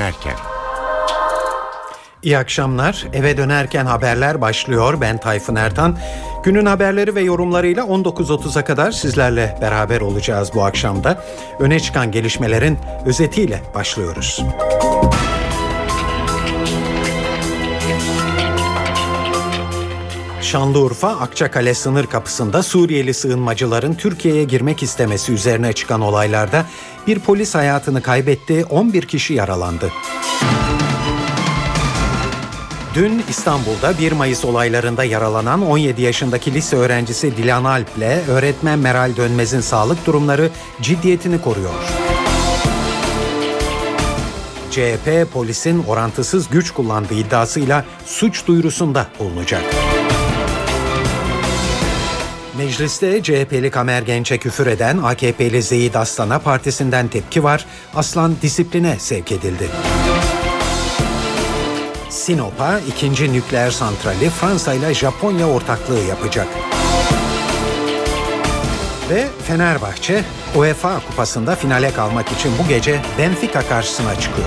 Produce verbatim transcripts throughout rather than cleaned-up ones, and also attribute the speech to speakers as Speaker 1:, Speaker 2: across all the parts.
Speaker 1: dönerken.
Speaker 2: İyi akşamlar. Eve dönerken haberler başlıyor. Ben Tayfun Ertan. Günün haberleri ve yorumlarıyla on dokuz otuza kadar sizlerle beraber olacağız bu akşamda. Öne çıkan gelişmelerin özetiyle başlıyoruz. Şanlıurfa Akçakale sınır kapısında Suriyeli sığınmacıların Türkiye'ye girmek istemesi üzerine çıkan olaylarda bir polis hayatını kaybetti, on bir kişi yaralandı. Dün İstanbul'da bir Mayıs olaylarında yaralanan on yedi yaşındaki lise öğrencisi Dilan Alp ile öğretmen Meral Dönmez'in sağlık durumları ciddiyetini koruyor. C H P polisin orantısız güç kullandığı iddiasıyla suç duyurusunda bulunacak. Mecliste C H P'li Kamer Genç'e küfür eden A K P'li Zeyid Aslan'a partisinden tepki var. Aslan disipline sevk edildi. Sinop'a ikinci nükleer santrali Fransa ile Japonya ortaklığı yapacak. Ve Fenerbahçe UEFA Kupası'nda finale kalmak için bu gece Benfica karşısına çıkıyor.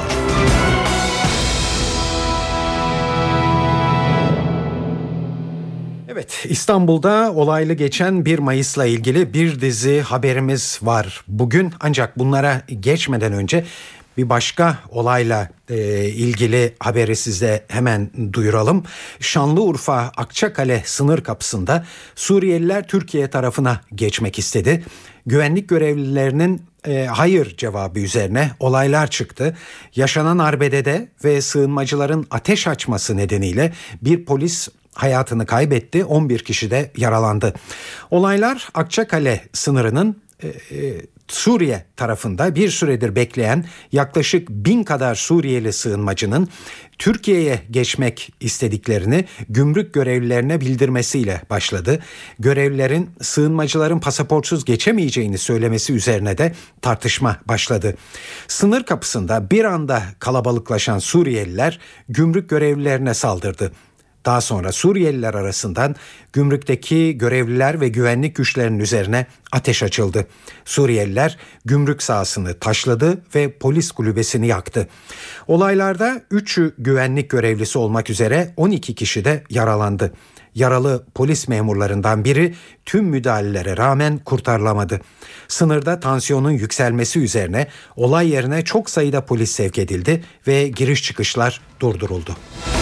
Speaker 2: Evet, İstanbul'da olaylı geçen bir Mayıs'la ilgili bir dizi haberimiz var bugün. Ancak bunlara geçmeden önce bir başka olayla e, ilgili haberi size hemen duyuralım. Şanlıurfa Akçakale sınır kapısında Suriyeliler Türkiye tarafına geçmek istedi. Güvenlik görevlilerinin e, hayır cevabı üzerine olaylar çıktı. Yaşanan arbedede ve sığınmacıların ateş açması nedeniyle bir polis hayatını kaybetti, on bir kişi de yaralandı. Olaylar Akçakale sınırının e, e, Suriye tarafında bir süredir bekleyen yaklaşık bin kadar Suriyeli sığınmacının Türkiye'ye geçmek istediklerini gümrük görevlilerine bildirmesiyle başladı. Görevlilerin sığınmacıların pasaportsuz geçemeyeceğini söylemesi üzerine de tartışma başladı. Sınır kapısında bir anda kalabalıklaşan Suriyeliler gümrük görevlilerine saldırdı. Daha sonra Suriyeliler arasından gümrükteki görevliler ve güvenlik güçlerinin üzerine ateş açıldı. Suriyeliler gümrük sahasını taşladı ve polis kulübesini yaktı. Olaylarda üçü güvenlik görevlisi olmak üzere on iki kişi de yaralandı. Yaralı polis memurlarından biri tüm müdahalelere rağmen kurtarılamadı. Sınırda tansiyonun yükselmesi üzerine olay yerine çok sayıda polis sevk edildi ve giriş çıkışlar durduruldu.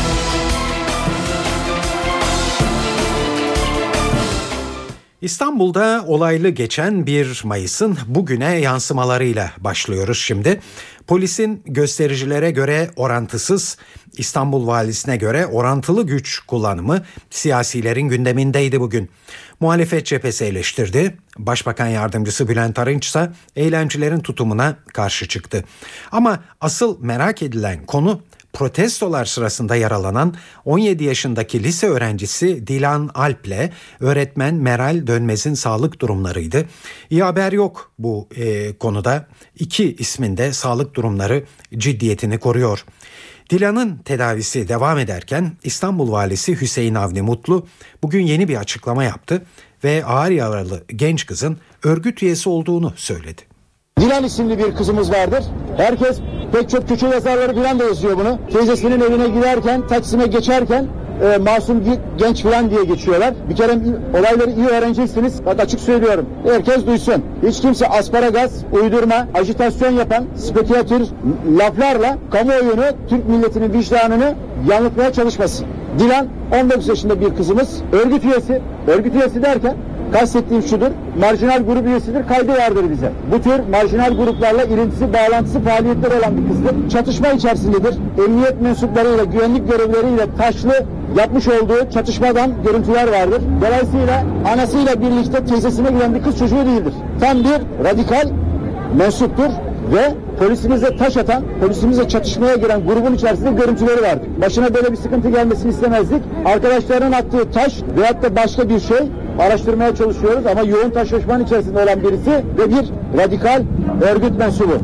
Speaker 2: İstanbul'da olaylı geçen bir Mayıs'ın bugüne yansımalarıyla başlıyoruz şimdi. Polisin göstericilere göre orantısız, İstanbul valisine göre orantılı güç kullanımı siyasilerin gündemindeydi bugün. Muhalefet cephesi eleştirdi. Başbakan Yardımcısı Bülent Arınç ise eylemcilerin tutumuna karşı çıktı. Ama asıl merak edilen konu protestolar sırasında yaralanan on yedi yaşındaki lise öğrencisi Dilan Alp ile öğretmen Meral Dönmez'in sağlık durumlarıydı. İyi haber yok bu e, konuda. İki ismin de sağlık durumları ciddiyetini koruyor. Dilan'ın tedavisi devam ederken İstanbul Valisi Hüseyin Avni Mutlu bugün yeni bir açıklama yaptı ve ağır yaralı genç kızın örgüt üyesi olduğunu söyledi.
Speaker 3: Dilan isimli bir kızımız vardır. Herkes pek çok köşe yazarları falan da yazıyor bunu. Teyzesinin evine giderken, Taksim'e geçerken e, masum genç falan diye geçiyorlar. Bir kere olayları iyi öğreneceksiniz. Bak açık söylüyorum. Herkes duysun. Hiç kimse asparagas, uydurma, ajitasyon yapan, spekülatör laflarla kamuoyunu, Türk milletinin vicdanını yanıltmaya çalışmasın. Dilan on dokuz yaşında bir kızımız. Örgüt üyesi. Örgüt üyesi derken kastettiğim şudur, marjinal grup üyesidir, kaydı vardır bize. Bu tür marjinal gruplarla ilintisi, bağlantısı, faaliyetleri olan bir kızdır. Çatışma içerisindedir. Emniyet mensuplarıyla, güvenlik görevlileriyle taşlı yapmış olduğu çatışmadan görüntüler vardır. Dolayısıyla anasıyla birlikte teyzesine giden bir kız çocuğu değildir. Tam bir radikal mensuptur ve polisimizle taş atan, polisimizle çatışmaya giren grubun içerisinde görüntüleri vardır. Başına böyle bir sıkıntı gelmesini istemezdik. Arkadaşlarının attığı taş veyahut da başka bir şey araştırmaya çalışıyoruz ama yoğun taşlaşmanın içerisinde olan birisi ve bir radikal örgüt mensubu.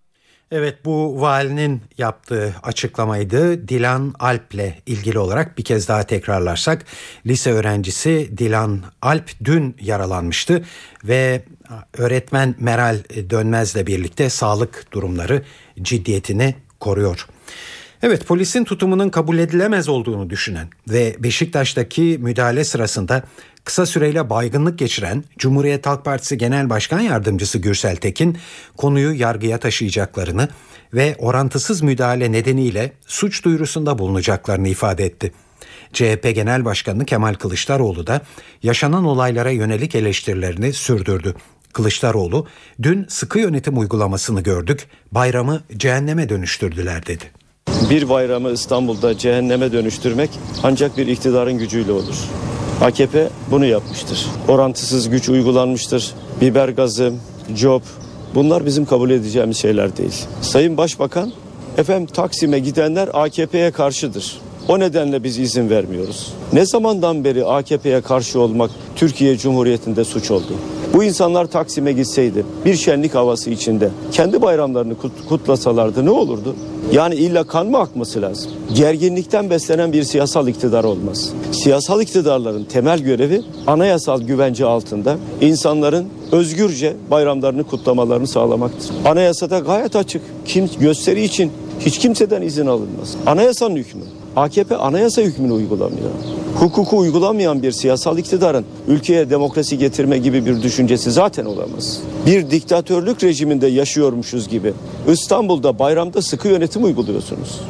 Speaker 2: Evet, bu valinin yaptığı açıklamaydı. Dilan Alp'le ilgili olarak bir kez daha tekrarlarsak, lise öğrencisi Dilan Alp dün yaralanmıştı ve öğretmen Meral Dönmez'le birlikte sağlık durumları ciddiyetini koruyor. Evet, polisin tutumunun kabul edilemez olduğunu düşünen ve Beşiktaş'taki müdahale sırasında kısa süreyle baygınlık geçiren Cumhuriyet Halk Partisi Genel Başkan Yardımcısı Gürsel Tekin konuyu yargıya taşıyacaklarını ve orantısız müdahale nedeniyle suç duyurusunda bulunacaklarını ifade etti. C H P Genel Başkanı Kemal Kılıçdaroğlu da yaşanan olaylara yönelik eleştirilerini sürdürdü. Kılıçdaroğlu, "Dün sıkı yönetim uygulamasını gördük, bayramı cehenneme dönüştürdüler" dedi.
Speaker 1: Bir bayramı İstanbul'da cehenneme dönüştürmek ancak bir iktidarın gücüyle olur. A K P bunu yapmıştır. Orantısız güç uygulanmıştır. Biber gazı, cop, bunlar bizim kabul edeceğimiz şeyler değil. Sayın Başbakan, efendim Taksim'e gidenler A K P'ye karşıdır. O nedenle biz izin vermiyoruz. Ne zamandan beri A K P'ye karşı olmak Türkiye Cumhuriyeti'nde suç oldu? Bu insanlar Taksim'e gitseydi, bir şenlik havası içinde kendi bayramlarını kutlasalardı ne olurdu? Yani illa kan mı akması lazım? Gerginlikten beslenen bir siyasal iktidar olmaz. Siyasal iktidarların temel görevi anayasal güvence altında insanların özgürce bayramlarını kutlamalarını sağlamaktır. Anayasada gayet açık. Kim gösteri için hiç kimseden izin alınmaz. Anayasanın hükmü. A K P anayasa hükmünü uygulamıyor. Hukuku uygulamayan bir siyasal iktidarın ülkeye demokrasi getirme gibi bir düşüncesi zaten olamaz. Bir diktatörlük rejiminde yaşıyormuşuz gibi İstanbul'da bayramda sıkı yönetim uyguluyorsunuz.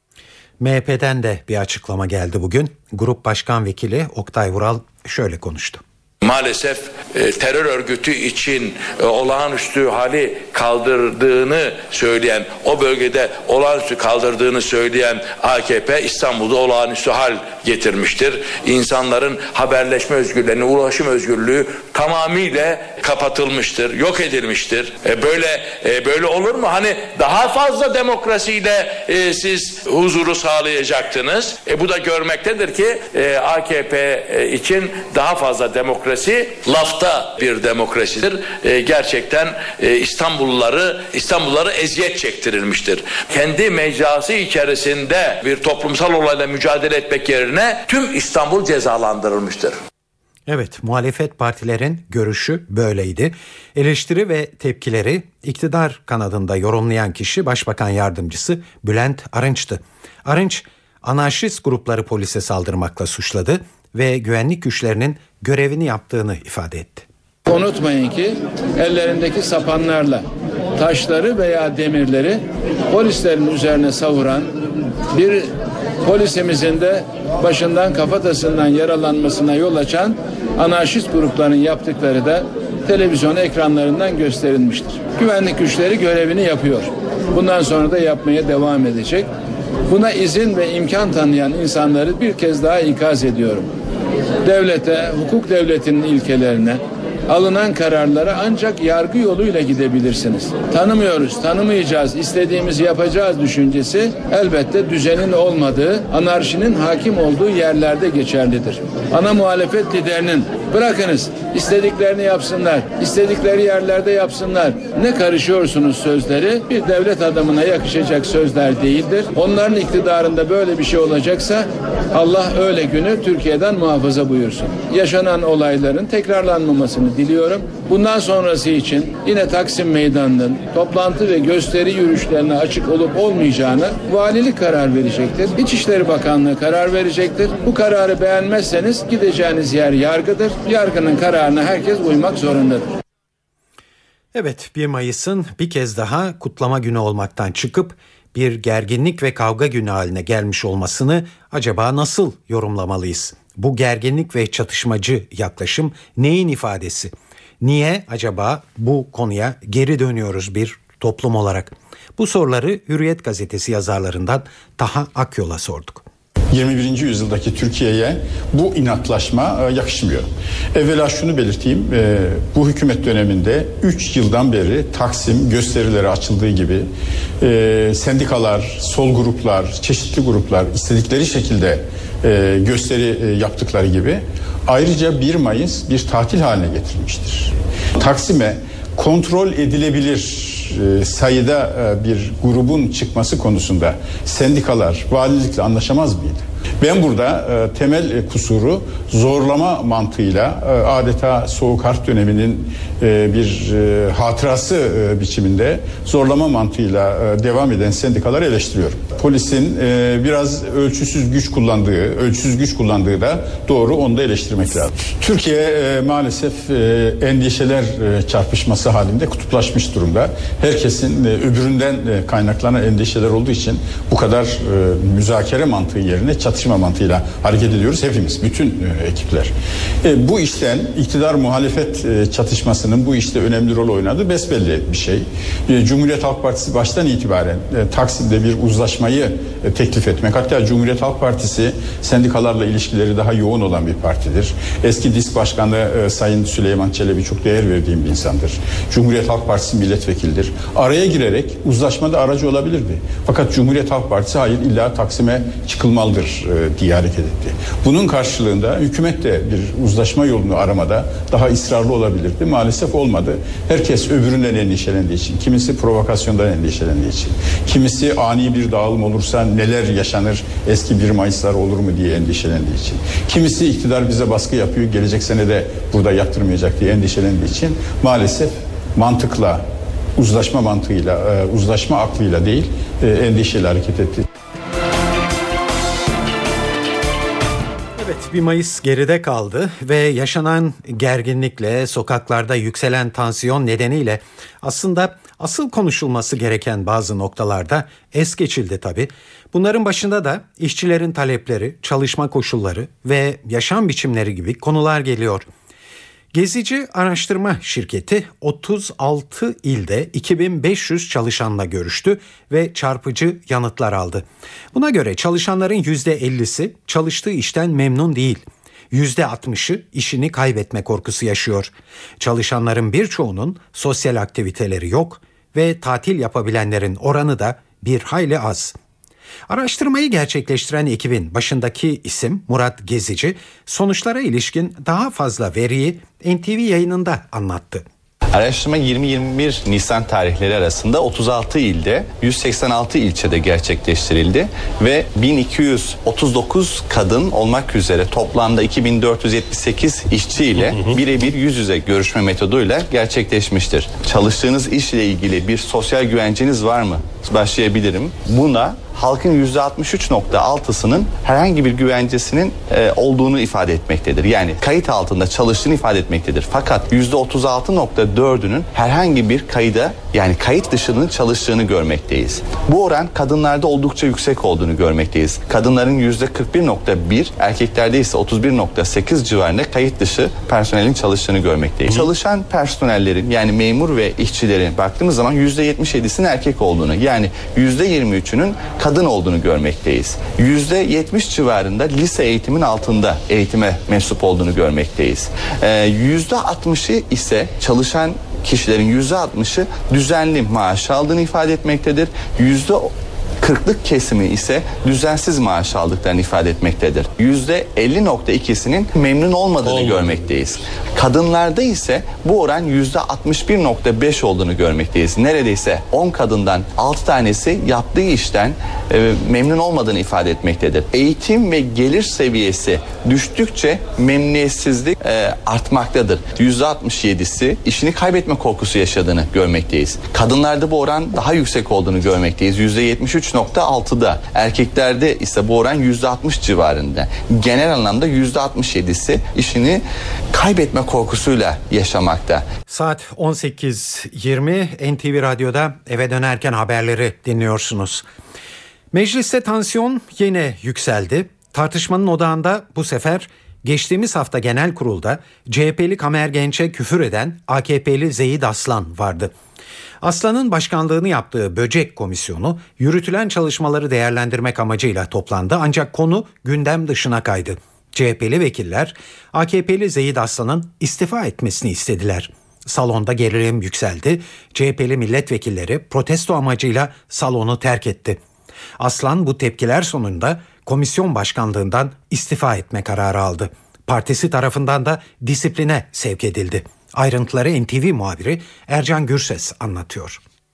Speaker 2: M H P'den de bir açıklama geldi bugün. Grup Başkan Vekili Oktay Vural şöyle konuştu.
Speaker 4: Maalesef e, terör örgütü için e, olağanüstü hali kaldırdığını söyleyen, o bölgede olağanüstü kaldırdığını söyleyen A K P İstanbul'da olağanüstü hal getirmiştir. İnsanların haberleşme özgürlüğü, ulaşım özgürlüğü tamamıyla kapatılmıştır, yok edilmiştir. E, böyle e, böyle olur mu? Hani daha fazla demokrasiyle e, siz huzuru sağlayacaktınız. E, bu da görmektedir ki e, A K P e, için daha fazla demokrasi lafta bir demokrasidir. E, gerçekten e, İstanbulluları İstanbullulara eziyet çektirilmiştir. Kendi mecrası içerisinde bir toplumsal olayla mücadele etmek yerine tüm İstanbul cezalandırılmıştır.
Speaker 2: Evet, muhalefet partilerin görüşü böyleydi. Eleştiri ve tepkileri iktidar kanadında yorumlayan kişi Başbakan Yardımcısı Bülent Arınç'tı. Arınç, anarşist grupları polise saldırmakla suçladı ve güvenlik güçlerinin görevini yaptığını ifade etti.
Speaker 5: Unutmayın ki ellerindeki sapanlarla taşları veya demirleri polislerin üzerine savuran, bir polisimizin de başından kafatasından yaralanmasına yol açan anarşist grupların yaptıkları da televizyon ekranlarından gösterilmiştir. Güvenlik güçleri görevini yapıyor. Bundan sonra da yapmaya devam edecek. Buna izin ve imkan tanıyan insanları bir kez daha ikaz ediyorum. Devlete, hukuk devletinin ilkelerine, alınan kararlara ancak yargı yoluyla gidebilirsiniz. Tanımıyoruz, tanımayacağız, istediğimizi yapacağız düşüncesi elbette düzenin olmadığı, anarşinin hakim olduğu yerlerde geçerlidir. Ana muhalefet liderinin bırakınız, istediklerini yapsınlar, istedikleri yerlerde yapsınlar, ne karışıyorsunuz sözleri bir devlet adamına yakışacak sözler değildir. Onların iktidarında böyle bir şey olacaksa Allah öyle günü Türkiye'den muhafaza buyursun. Yaşanan olayların tekrarlanmamasını diliyorum. Bundan sonrası için yine Taksim Meydanı'nın toplantı ve gösteri yürüyüşlerine açık olup olmayacağına valilik karar verecektir. İçişleri Bakanlığı karar verecektir. Bu kararı beğenmezseniz gideceğiniz yer yargıdır. Yargının kararına herkes uymak zorundadır.
Speaker 2: Evet, bir Mayıs'ın bir kez daha kutlama günü olmaktan çıkıp bir gerginlik ve kavga günü haline gelmiş olmasını acaba nasıl yorumlamalıyız? Bu gerginlik ve çatışmacı yaklaşım neyin ifadesi? Niye acaba bu konuya geri dönüyoruz bir toplum olarak? Bu soruları Hürriyet gazetesi yazarlarından Taha Akyol'a sorduk.
Speaker 6: yirmi birinci yüzyıldaki Türkiye'ye bu inatlaşma yakışmıyor. Evvela şunu belirteyim, bu hükümet döneminde üç yıldan beri Taksim gösterileri açıldığı gibi sendikalar, sol gruplar, çeşitli gruplar istedikleri şekilde gösteri yaptıkları gibi ayrıca bir Mayıs bir tatil haline getirilmiştir. Taksim'e kontrol edilebilir sayıda bir grubun çıkması konusunda sendikalar valilikle anlaşamaz mıydı? Ben burada e, temel e, kusuru zorlama mantığıyla e, adeta Soğuk Harp döneminin e, bir e, hatırası e, biçiminde zorlama mantığıyla e, devam eden sendikaları eleştiriyorum. Polisin e, biraz ölçüsüz güç kullandığı, ölçüsüz güç kullandığı da doğru, onu da eleştirmek lazım. Türkiye e, maalesef e, endişeler e, çarpışması halinde kutuplaşmış durumda. Herkesin e, öbüründen e, kaynaklanan endişeler olduğu için bu kadar e, müzakere mantığı yerine çatışma mantığıyla hareket ediyoruz hepimiz, bütün e, ekipler. E, bu işten iktidar muhalefet e, çatışmasının bu işte önemli rol oynadığı besbelli bir şey. E, Cumhuriyet Halk Partisi baştan itibaren e, Taksim'de bir uzlaşmayı e, teklif etmek, hatta Cumhuriyet Halk Partisi sendikalarla ilişkileri daha yoğun olan bir partidir. Eski DİSK Başkanı e, Sayın Süleyman Çelebi çok değer verdiğim bir insandır. Cumhuriyet Halk Partisi milletvekildir. Araya girerek uzlaşmada aracı olabilirdi. Fakat Cumhuriyet Halk Partisi hayır, illa Taksim'e çıkılmalıdır e, diye hareket etti. Bunun karşılığında hükümet de bir uzlaşma yolunu aramada daha ısrarlı olabilirdi. Maalesef olmadı. Herkes öbüründen endişelendiği için, kimisi provokasyondan endişelendiği için, kimisi ani bir dağılım olursa neler yaşanır, eski bir Mayıslar olur mu diye endişelendiği için, kimisi iktidar bize baskı yapıyor, gelecek sene de burada yaptırmayacak diye endişelendiği için maalesef mantıkla, uzlaşma mantığıyla, uzlaşma aklıyla değil, endişeyle hareket etti.
Speaker 2: Evet, bir Mayıs geride kaldı ve yaşanan gerginlikle, sokaklarda yükselen tansiyon nedeniyle aslında asıl konuşulması gereken bazı noktalarda es geçildi tabii. Bunların başında da işçilerin talepleri, çalışma koşulları ve yaşam biçimleri gibi konular geliyor. Gezici Araştırma Şirketi otuz altı ilde iki bin beş yüz çalışanla görüştü ve çarpıcı yanıtlar aldı. Buna göre çalışanların yüzde ellisi çalıştığı işten memnun değil. yüzde altmışı işini kaybetme korkusu yaşıyor. Çalışanların birçoğunun sosyal aktiviteleri yok ve tatil yapabilenlerin oranı da bir hayli az. Araştırmayı gerçekleştiren ekibin başındaki isim Murat Gezici, sonuçlara ilişkin daha fazla veriyi N T V yayınında anlattı.
Speaker 7: Araştırma yirmi yirmi bir Nisan tarihleri arasında otuz altı ilde yüz seksen altı ilçede gerçekleştirildi ve bin iki yüz otuz dokuz kadın olmak üzere toplamda iki bin dört yüz yetmiş sekiz işçi ile birebir yüz yüze görüşme metoduyla gerçekleşmiştir. Çalıştığınız iş ile ilgili bir sosyal güvenceniz var mı? Başlayabilirim. Buna halkın yüzde altmış üç nokta altısının herhangi bir güvencesinin e, olduğunu ifade etmektedir. Yani kayıt altında çalıştığını ifade etmektedir. Fakat yüzde otuz altı nokta dördünün herhangi bir kayıda, yani kayıt dışının çalıştığını görmekteyiz. Bu oran kadınlarda oldukça yüksek olduğunu görmekteyiz. Kadınların yüzde kırk bir nokta bir, erkeklerde ise otuz bir nokta sekiz civarında kayıt dışı personelin çalıştığını görmekteyiz. Hı. Çalışan personellerin, yani memur ve işçilerin baktığımız zaman yüzde yetmiş yedisinin erkek olduğunu, yani yüzde yirmi üçünün kadın olduğunu görmekteyiz. yüzde yetmiş civarında lise eğitimin altında eğitime mensup olduğunu görmekteyiz. Ee, yüzde altmışı ise çalışan kişilerin yüzde altmışı düzenli maaş aldığını ifade etmektedir. Yüzde kırklık kesimi ise düzensiz maaş aldıklarını ifade etmektedir. yüzde elli nokta ikisinin memnun olmadığını Olmadı. görmekteyiz. Kadınlarda ise bu oran yüzde altmış bir nokta beş olduğunu görmekteyiz. Neredeyse on kadından altı tanesi yaptığı işten e, memnun olmadığını ifade etmektedir. Eğitim ve gelir seviyesi düştükçe memnuniyetsizlik e, artmaktadır. yüzde altmış yedisi işini kaybetme korkusu yaşadığını görmekteyiz. Kadınlarda bu oran daha yüksek olduğunu görmekteyiz. yüzde yetmiş üç nokta altıda. Erkeklerde ise bu oran yüzde altmış civarında. Genel anlamda yüzde altmış yedisi işini kaybetme korkusuyla yaşamakta.
Speaker 2: Saat on sekiz yirmi N T V Radyo'da eve dönerken haberleri dinliyorsunuz. Mecliste tansiyon yine yükseldi. Tartışmanın odağında bu sefer geçtiğimiz hafta genel kurulda C H P'li Kamer Genç'e küfür eden A K P'li Zehid Aslan vardı. Aslan'ın başkanlığını yaptığı Böcek Komisyonu yürütülen çalışmaları değerlendirmek amacıyla toplandı ancak konu gündem dışına kaydı. C H P'li vekiller A K P'li Zehid Aslan'ın istifa etmesini istediler. Salonda gerilim yükseldi. C H P'li milletvekilleri protesto amacıyla salonu terk etti. Aslan bu tepkiler sonunda komisyon başkanlığından istifa etme kararı aldı. Partisi tarafından da disipline sevk edildi. Ayrıntıları N T V muhabiri Ercan Gürses anlatıyor.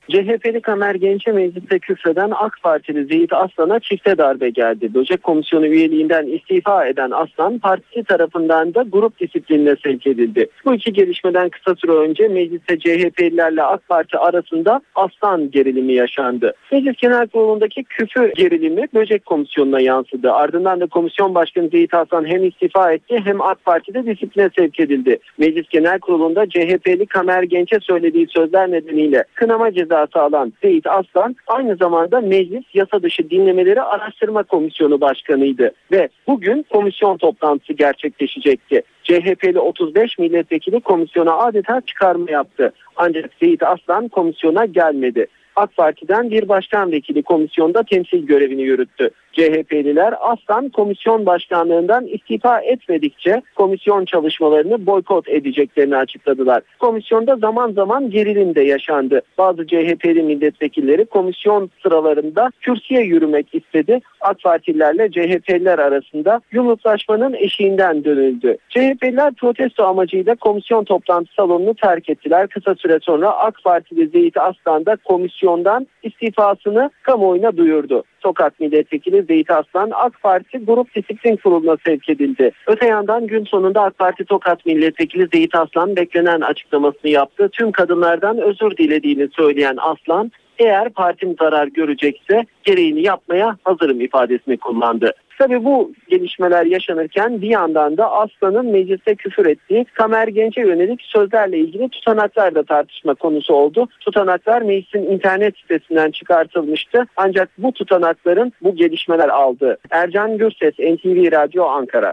Speaker 8: C H P'li Kamer Genç'e mecliste küfreden AK Partili Zeyit Aslan'a çifte darbe geldi. Böcek Komisyonu üyeliğinden istifa eden Aslan partisi tarafından da grup disiplinine sevk edildi. Bu iki gelişmeden kısa süre önce mecliste C H P'lilerle AK Parti arasında Aslan gerilimi yaşandı. Meclis Genel Kurulu'ndaki küfür gerilimi Böcek Komisyonu'na yansıdı. Ardından da Komisyon Başkanı Zeyit Aslan hem istifa etti hem AK Parti'de disipline sevk edildi. Meclis Genel Kurulu'nda C H P'li Kamer Genç'e söylediği sözler nedeniyle kınama cezası alan Zeyit Aslan aynı zamanda Meclis Yasa Dışı Dinlemeleri Araştırma Komisyonu Başkanıydı ve bugün komisyon toplantısı gerçekleşecekti. C H P'li otuz beş milletvekili komisyona adeta çıkarma yaptı. Ancak Zeyit Aslan komisyona gelmedi. AK Parti'den bir başkan vekili komisyonda temsil görevini yürüttü. C H P'liler Aslan komisyon başkanlığından istifa etmedikçe komisyon çalışmalarını boykot edeceklerini açıkladılar. Komisyonda zaman zaman gerilim de yaşandı. Bazı C H P'li milletvekilleri komisyon sıralarında kürsüye yürümek istedi. AK Partililerle C H P'liler arasında yumruklaşmanın eşiğinden dönüldü. C H P'liler protesto amacıyla komisyon toplantı salonunu terk ettiler. Kısa süre sonra AK Partili Zeyit Aslan da komisyondan istifasını kamuoyuna duyurdu. Tokat Milletvekili Zeyit Aslan AK Parti Grup Disiplin Kurulu'na sevk edildi. Öte yandan gün sonunda AK Parti Tokat Milletvekili Zeyit Aslan beklenen açıklamasını yaptı. Tüm kadınlardan özür dilediğini söyleyen Aslan, eğer partim zarar görecekse gereğini yapmaya hazırım ifadesini kullandı. Tabii bu gelişmeler yaşanırken bir yandan da Aslan'ın mecliste küfür ettiği Kamer Genç'e yönelik sözlerle ilgili tutanaklar da tartışma konusu oldu. Tutanaklar meclisin internet sitesinden çıkartılmıştı. Ancak bu tutanakların bu gelişmeler aldı. Ercan Gürses, N T V Radyo, Ankara.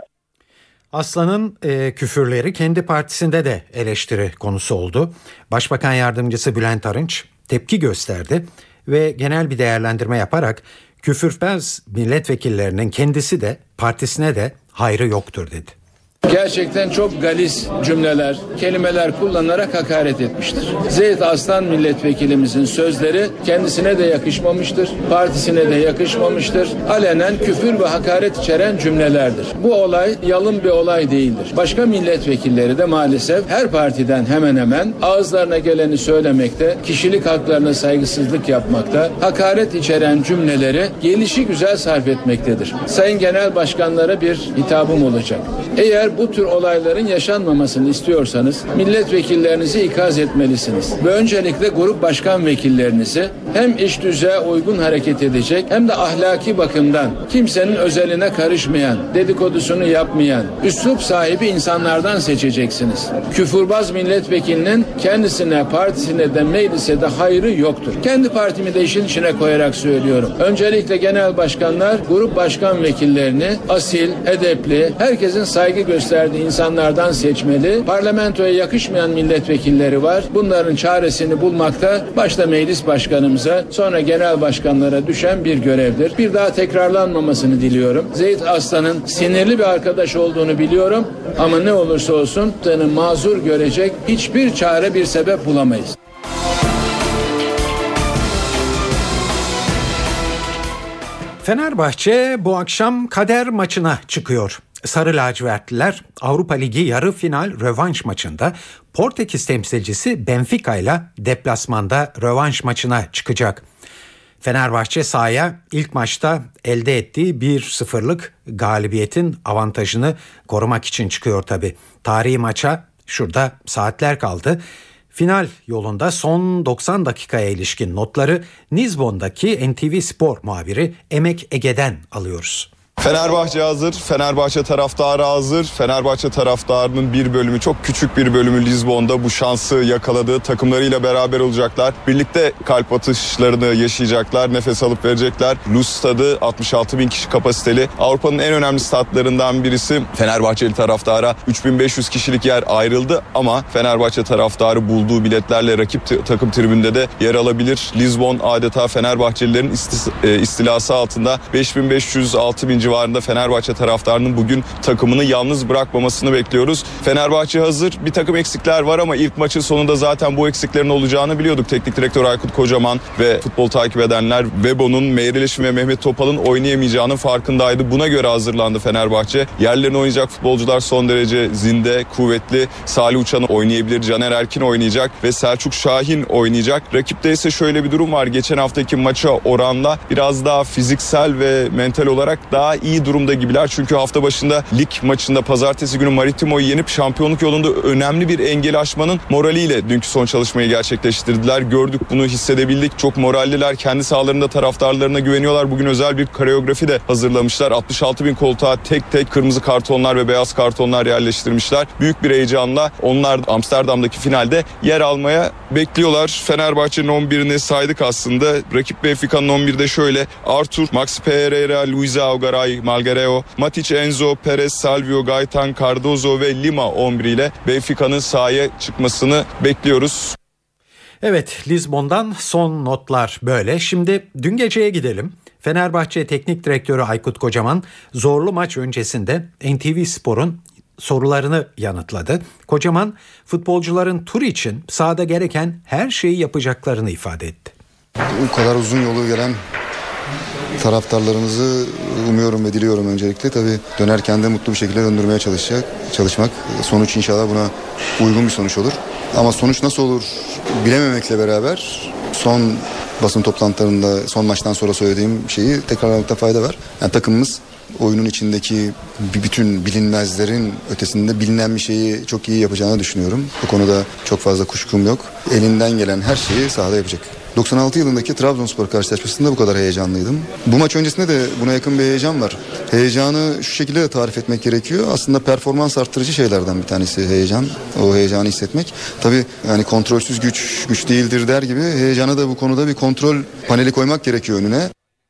Speaker 2: Aslan'ın e, küfürleri kendi partisinde de eleştiri konusu oldu. Başbakan Yardımcısı Bülent Arınç tepki gösterdi ve genel bir değerlendirme yaparak küfürpez milletvekillerinin kendisi de partisine de hayrı yoktur dedi.
Speaker 5: Gerçekten çok galis cümleler, kelimeler kullanarak hakaret etmiştir. Zeyit Aslan milletvekilimizin sözleri kendisine de yakışmamıştır, partisine de yakışmamıştır. Alenen küfür ve hakaret içeren cümlelerdir. Bu olay yalın bir olay değildir. Başka milletvekilleri de maalesef her partiden hemen hemen ağızlarına geleni söylemekte, kişilik haklarına saygısızlık yapmakta, hakaret içeren cümleleri gelişi güzel sarf etmektedir. Sayın Genel Başkanlara bir hitabım olacak. Eğer bu tür olayların yaşanmamasını istiyorsanız milletvekillerinizi ikaz etmelisiniz. Ve öncelikle grup başkan vekillerinizi hem iş düzeye uygun hareket edecek hem de ahlaki bakımdan kimsenin özeline karışmayan, dedikodusunu yapmayan, üslup sahibi insanlardan seçeceksiniz. Küfürbaz milletvekilinin kendisine, partisine de meclise de hayrı yoktur. Kendi partimi de işin içine koyarak söylüyorum. Öncelikle genel başkanlar grup başkan vekillerini asil, edepli, herkesin saygı gösterdiği insanlardan seçmeli. Parlamentoya yakışmayan milletvekilleri var. Bunların çaresini bulmakta başta meclis başkanımıza, sonra genel başkanlara düşen bir görevdir. Bir daha tekrarlanmamasını diliyorum. Zeyit Aslan'ın sinirli bir arkadaş olduğunu biliyorum ama ne olursa olsun onu mazur görecek hiçbir çare, bir sebep bulamayız.
Speaker 2: Fenerbahçe bu akşam kader maçına çıkıyor. Sarı lacivertliler Avrupa Ligi yarı final rövanş maçında Portekiz temsilcisi Benfica ile deplasmanda rövanş maçına çıkacak. Fenerbahçe sahaya ilk maçta elde ettiği bir sıfırlık galibiyetin avantajını korumak için çıkıyor tabii. Tarihi maça şurada saatler kaldı. Final yolunda son doksan dakikaya ilişkin notları Nizbon'daki N T V Spor muhabiri Emek Ege'den alıyoruz.
Speaker 9: Fenerbahçe hazır, Fenerbahçe taraftarı hazır. Fenerbahçe taraftarının bir bölümü, çok küçük bir bölümü Lizbon'da bu şansı yakaladığı takımlarıyla beraber olacaklar. Birlikte kalp atışlarını yaşayacaklar, nefes alıp verecekler. Luz stadı altmış altı bin kişi kapasiteli. Avrupa'nın en önemli statlarından birisi. Fenerbahçeli taraftara üç bin beş yüz kişilik yer ayrıldı ama Fenerbahçe taraftarı bulduğu biletlerle rakip t- takım tribünde de yer alabilir. Lizbon adeta Fenerbahçelilerin istis- istilası altında. beş bin beş yüz altı bin civarında Fenerbahçe taraftarının bugün takımını yalnız bırakmamasını bekliyoruz. Fenerbahçe hazır. Bir takım eksikler var ama ilk maçın sonunda zaten bu eksiklerin olacağını biliyorduk. Teknik direktör Aykut Kocaman ve futbol takip edenler Webo'nun, Meirelis'in ve Mehmet Topal'ın oynayamayacağının farkındaydı. Buna göre hazırlandı Fenerbahçe. Yerlerine oynayacak futbolcular son derece zinde, kuvvetli. Salih Uçan oynayabilir, Caner Erkin oynayacak ve Selçuk Şahin oynayacak. Rakipte ise şöyle bir durum var. Geçen haftaki maça oranla biraz daha fiziksel ve mental olarak daha iyi durumda gibiler. Çünkü hafta başında lig maçında pazartesi günü Maritimo'yu yenip şampiyonluk yolunda önemli bir engeli aşmanın moraliyle dünkü son çalışmayı gerçekleştirdiler. Gördük, bunu hissedebildik. Çok moralliler. Kendi sahalarında taraftarlarına güveniyorlar. Bugün özel bir koreografi de hazırlamışlar. altmış altı bin koltuğa tek tek kırmızı kartonlar ve beyaz kartonlar yerleştirmişler. Büyük bir heyecanla onlar Amsterdam'daki finalde yer almaya bekliyorlar. Fenerbahçe'nin on birini saydık aslında. Rakip Benfica'nın on birde şöyle: Arthur, Max Pereira, Luisa Ogaray, Malgareo, Matic, Enzo, Perez, Salvio, Gaitan, Cardozo ve Lima on bir ile Benfica'nın sahaya çıkmasını bekliyoruz.
Speaker 2: Evet, Lizbon'dan son notlar böyle. Şimdi dün geceye gidelim. Fenerbahçe Teknik Direktörü Aykut Kocaman zorlu maç öncesinde N T V Spor'un sorularını yanıtladı. Kocaman futbolcuların tur için sahada gereken her şeyi yapacaklarını ifade etti.
Speaker 10: Bu kadar uzun yolu gelen taraftarlarımızı umuyorum ve diliyorum öncelikle. Tabii dönerken de mutlu bir şekilde döndürmeye çalışacak, çalışmak. Sonuç inşallah buna uygun bir sonuç olur. Ama sonuç nasıl olur bilememekle beraber son basın toplantılarında son maçtan sonra söylediğim şeyi tekrarlamakta fayda var. Yani takımımız oyunun içindeki bütün bilinmezlerin ötesinde bilinen bir şeyi çok iyi yapacağını düşünüyorum. Bu konuda çok fazla kuşkum yok. Elinden gelen her şeyi sahada yapacak. doksan altı yılındaki Trabzonspor karşılaşmasında bu kadar heyecanlıydım. Bu maç öncesinde de buna yakın bir heyecan var. Heyecanı şu şekilde de tarif etmek gerekiyor. Aslında performans arttırıcı şeylerden bir tanesi heyecan. O heyecanı hissetmek. Tabii yani kontrolsüz güç güç değildir der gibi heyecanı da bu konuda bir kontrol paneli koymak gerekiyor önüne.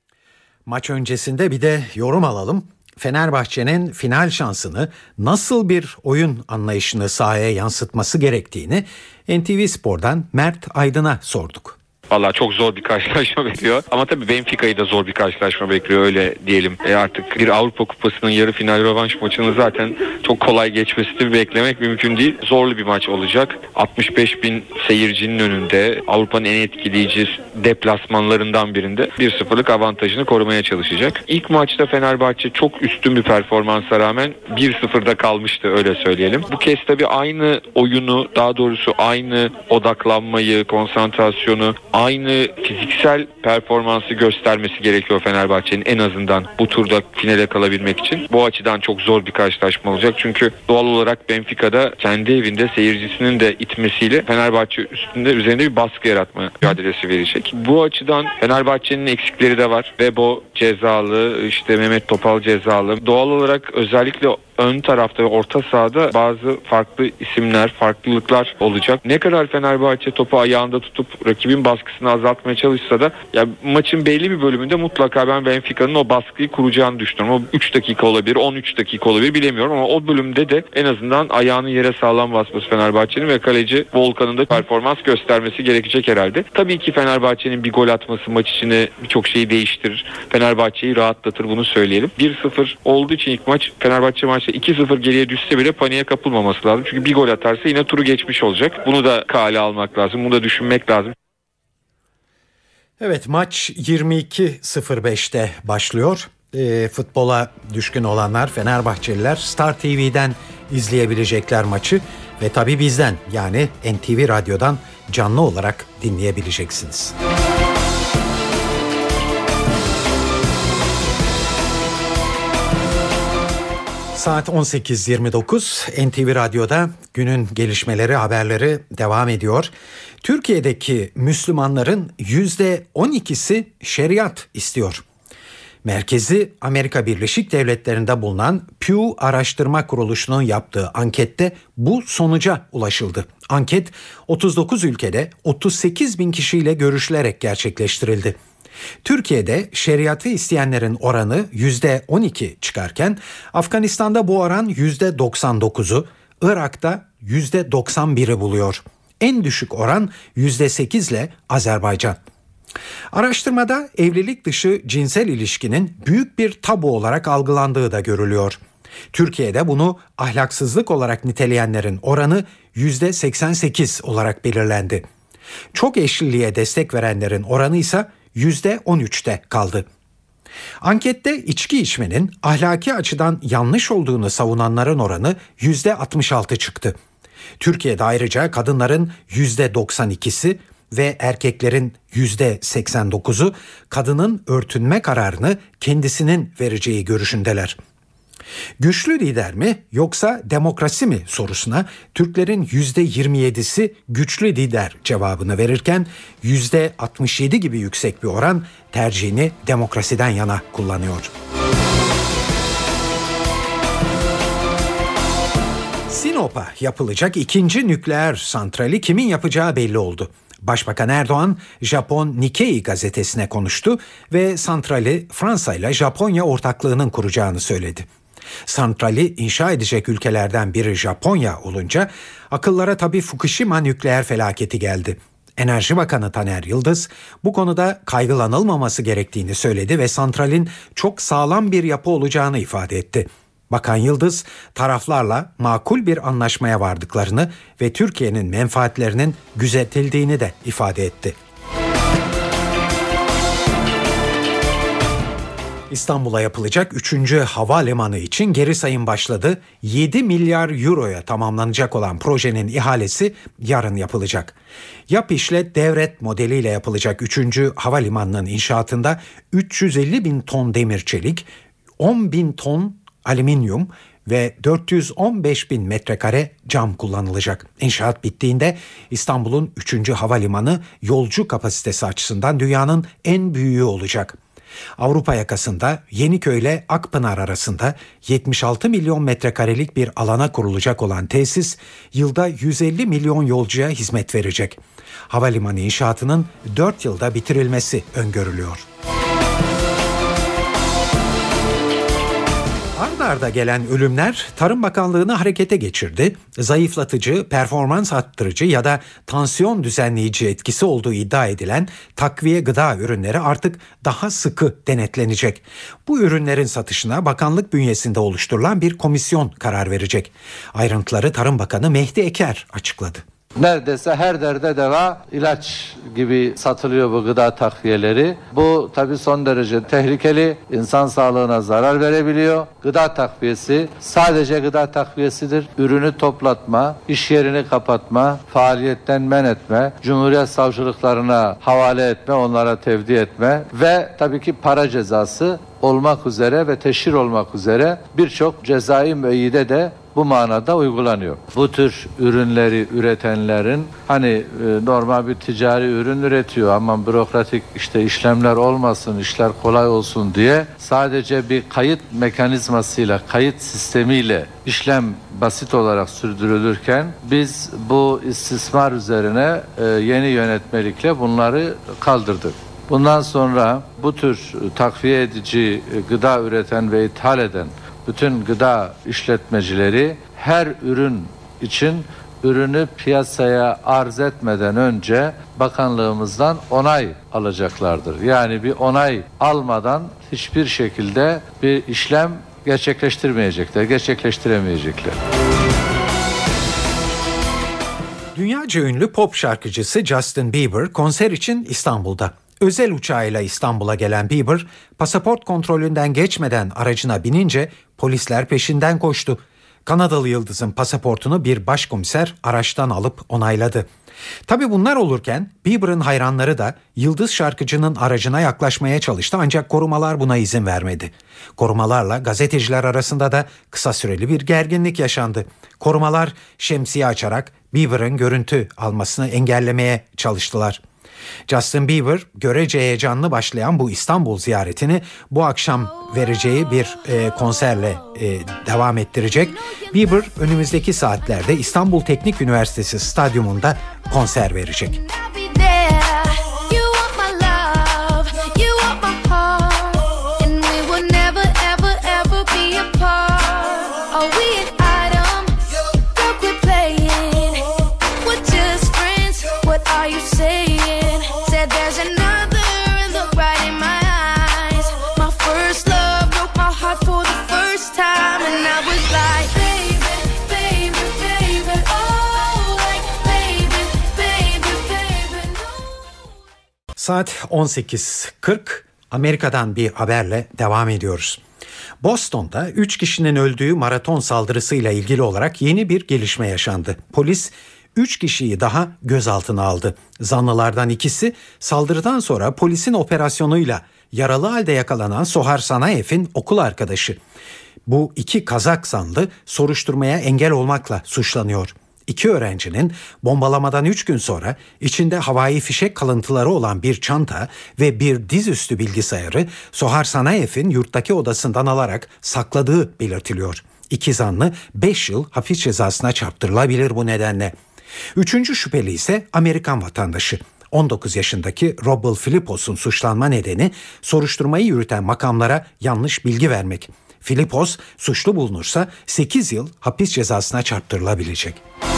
Speaker 2: Maç öncesinde bir de yorum alalım. Fenerbahçe'nin final şansını, nasıl bir oyun anlayışını sahaya yansıtması gerektiğini N T V Spor'dan Mert Aydın'a sorduk.
Speaker 11: Vallahi çok zor bir karşılaşma bekliyor. Ama tabii Benfica'yı da zor bir karşılaşma bekliyor, öyle diyelim. E artık bir Avrupa Kupası'nın yarı final rövanş maçını zaten çok kolay geçmesini beklemek mümkün değil. Zorlu bir maç olacak. altmış beş bin seyircinin önünde Avrupa'nın en etkileyici deplasmanlarından birinde bir sıfırlık avantajını korumaya çalışacak. İlk maçta Fenerbahçe çok üstün bir performansa rağmen bir sıfırda kalmıştı, öyle söyleyelim. Bu kez tabii aynı oyunu, daha doğrusu aynı odaklanmayı, konsantrasyonu, aynı fiziksel performansı göstermesi gerekiyor Fenerbahçe'nin, en azından bu turda finale kalabilmek için. Bu açıdan çok zor bir karşılaşma olacak. Çünkü doğal olarak Benfica'da kendi evinde seyircisinin de itmesiyle Fenerbahçe üstünde üzerinde bir baskı yaratma mücadelesi verecek. Bu açıdan Fenerbahçe'nin eksikleri de var. Webo cezalı, işte Mehmet Topal cezalı. Doğal olarak özellikle ön tarafta ve orta sahada bazı farklı isimler, farklılıklar olacak. Ne kadar Fenerbahçe topu ayağında tutup rakibin baskısını azaltmaya çalışsa da ya maçın belli bir bölümünde mutlaka ben Benfica'nın o baskıyı kuracağını düşünüyorum. O üç dakika olabilir, on üç dakika olabilir, bilemiyorum ama o bölümde de en azından ayağını yere sağlam basması Fenerbahçe'nin ve kaleci Volkan'ın da performans göstermesi gerekecek herhalde. Tabii ki Fenerbahçe'nin bir gol atması maç içine birçok şeyi değiştirir. Fenerbahçe'yi rahatlatır, bunu söyleyelim. bir sıfır olduğu için ilk maç, Fenerbahçe maçta iki sıfır geriye düşse bile paniğe kapılmaması lazım. Çünkü bir gol atarsa yine turu geçmiş olacak. Bunu da kale almak lazım. Bunu da düşünmek lazım.
Speaker 2: Evet, maç yirmi iki sıfır beşte başlıyor. E, futbola düşkün olanlar, Fenerbahçeliler Star T V'den izleyebilecekler maçı ve tabii bizden, yani N T V Radyo'dan canlı olarak dinleyebileceksiniz. Saat on sekiz yirmi dokuz, N T V Radyo'da günün gelişmeleri, haberleri devam ediyor. Türkiye'deki Müslümanların yüzde on ikisi şeriat istiyor. Merkezi Amerika Birleşik Devletleri'nde bulunan Pew Araştırma Kuruluşu'nun yaptığı ankette bu sonuca ulaşıldı. Anket otuz dokuz ülkede otuz sekiz bin kişiyle görüşülerek gerçekleştirildi. Türkiye'de şeriatı isteyenlerin oranı yüzde on iki çıkarken Afganistan'da bu oran yüzde doksan dokuzu, Irak'ta yüzde doksan biri buluyor. En düşük oran yüzde sekiz ile Azerbaycan. Araştırmada evlilik dışı cinsel ilişkinin büyük bir tabu olarak algılandığı da görülüyor. Türkiye'de bunu ahlaksızlık olarak niteleyenlerin oranı yüzde seksen sekiz olarak belirlendi. Çok eşliliğe destek verenlerin oranı ise yüzde on üçte kaldı. Ankette içki içmenin ahlaki açıdan yanlış olduğunu savunanların oranı yüzde altmış altı çıktı. Türkiye'de ayrıca kadınların yüzde doksan ikisi ve erkeklerin yüzde seksen dokuzu kadının örtünme kararını kendisinin vereceği görüşündeler. Güçlü lider mi yoksa demokrasi mi sorusuna Türklerin yüzde yirmi yedisi güçlü lider cevabını verirken yüzde altmış yedi gibi yüksek bir oran tercihini demokrasiden yana kullanıyor. Sinop'a yapılacak ikinci nükleer santrali kimin yapacağı belli oldu. Başbakan Erdoğan, Japon Nikkei gazetesine konuştu ve santrali Fransa ile Japonya ortaklığının kuracağını söyledi. Santrali inşa edecek ülkelerden biri Japonya olunca akıllara tabii Fukushima nükleer felaketi geldi. Enerji Bakanı Taner Yıldız bu konuda kaygılanılmaması gerektiğini söyledi ve santralin çok sağlam bir yapı olacağını ifade etti. Bakan Yıldız taraflarla makul bir anlaşmaya vardıklarını ve Türkiye'nin menfaatlerinin gözetildiğini de ifade etti. İstanbul'a yapılacak üçüncü havalimanı için geri sayım başladı. yedi milyar euroya tamamlanacak olan projenin ihalesi yarın yapılacak. Yap işlet devret modeliyle yapılacak üçüncü havalimanının inşaatında üç yüz elli bin ton demir çelik, on bin ton alüminyum ve dört yüz on beş bin metrekare cam kullanılacak. İnşaat bittiğinde İstanbul'un üçüncü havalimanı yolcu kapasitesi açısından dünyanın en büyüğü olacak. Avrupa yakasında Yeniköy ile Akpınar arasında yetmiş altı milyon metrekarelik bir alana kurulacak olan tesis yılda yüz elli milyon yolcuya hizmet verecek. Havalimanı inşaatının dört yılda bitirilmesi öngörülüyor. Arda arda gelen ölümler Tarım Bakanlığı'nı harekete geçirdi. Zayıflatıcı, performans arttırıcı ya da tansiyon düzenleyici etkisi olduğu iddia edilen takviye gıda ürünleri artık daha sıkı denetlenecek. Bu ürünlerin satışına bakanlık bünyesinde oluşturulan bir komisyon karar verecek. Ayrıntıları Tarım Bakanı Mehdi Eker açıkladı.
Speaker 12: Neredeyse her derde deva ilaç gibi satılıyor bu gıda takviyeleri. Bu tabii son derece tehlikeli, insan sağlığına zarar verebiliyor. Gıda takviyesi sadece gıda takviyesidir. Ürünü toplatma, iş yerini kapatma, faaliyetten men etme, Cumhuriyet savcılıklarına havale etme, onlara tevdi etme ve tabii ki para cezası olmak üzere ve teşhir olmak üzere birçok cezai müeyyide de bu manada uygulanıyor. Bu tür ürünleri üretenlerin hani e, normal bir ticari ürün üretiyor ama bürokratik işte işlemler olmasın, işler kolay olsun diye sadece bir kayıt mekanizmasıyla, kayıt sistemiyle işlem basit olarak sürdürülürken biz bu istismar üzerine e, yeni yönetmelikle bunları kaldırdık. Bundan sonra bu tür takviye edici gıda üreten ve ithal eden bütün gıda işletmecileri her ürün için ürünü piyasaya arz etmeden önce bakanlığımızdan onay alacaklardır. Yani bir onay almadan hiçbir şekilde bir işlem gerçekleştirmeyecekler, gerçekleştiremeyecekler.
Speaker 2: Dünyaca ünlü pop şarkıcısı Justin Bieber konser için İstanbul'da. Özel uçağıyla İstanbul'a gelen Bieber, pasaport kontrolünden geçmeden aracına binince polisler peşinden koştu. Kanadalı yıldızın pasaportunu bir başkomiser araçtan alıp onayladı. Tabii bunlar olurken Bieber'ın hayranları da yıldız şarkıcının aracına yaklaşmaya çalıştı ancak korumalar buna izin vermedi. Korumalarla gazeteciler arasında da kısa süreli bir gerginlik yaşandı. Korumalar şemsiye açarak Bieber'ın görüntü almasını engellemeye çalıştılar. Justin Bieber görece heyecanlı başlayan bu İstanbul ziyaretini bu akşam vereceği bir e, konserle e, devam ettirecek. Bieber önümüzdeki saatlerde İstanbul Teknik Üniversitesi Stadyumunda konser verecek.
Speaker 13: There's another
Speaker 2: Saat on sekiz kırk. Amerika'dan bir haberle devam ediyoruz. Boston'da üç kişinin öldüğü maraton saldırısıyla ilgili olarak yeni bir gelişme yaşandı. Polis üç kişiyi daha gözaltına aldı. Zanlılardan ikisi saldırıdan sonra polisin operasyonuyla yaralı halde yakalanan Sohar Sanayev'in okul arkadaşı. Bu iki Kazak zanlı soruşturmaya engel olmakla suçlanıyor. İki öğrencinin bombalamadan üç gün sonra içinde havai fişek kalıntıları olan bir çanta ve bir dizüstü bilgisayarı Sohar Sanayev'in yurttaki odasından alarak sakladığı belirtiliyor. İki zanlı beş yıl hapis cezasına çarptırılabilir bu nedenle. Üçüncü şüpheli ise Amerikan vatandaşı. on dokuz yaşındaki Robel Filipos'un suçlanma nedeni soruşturmayı yürüten makamlara yanlış bilgi vermek. Filipos suçlu bulunursa sekiz yıl hapis cezasına çarptırılabilecek.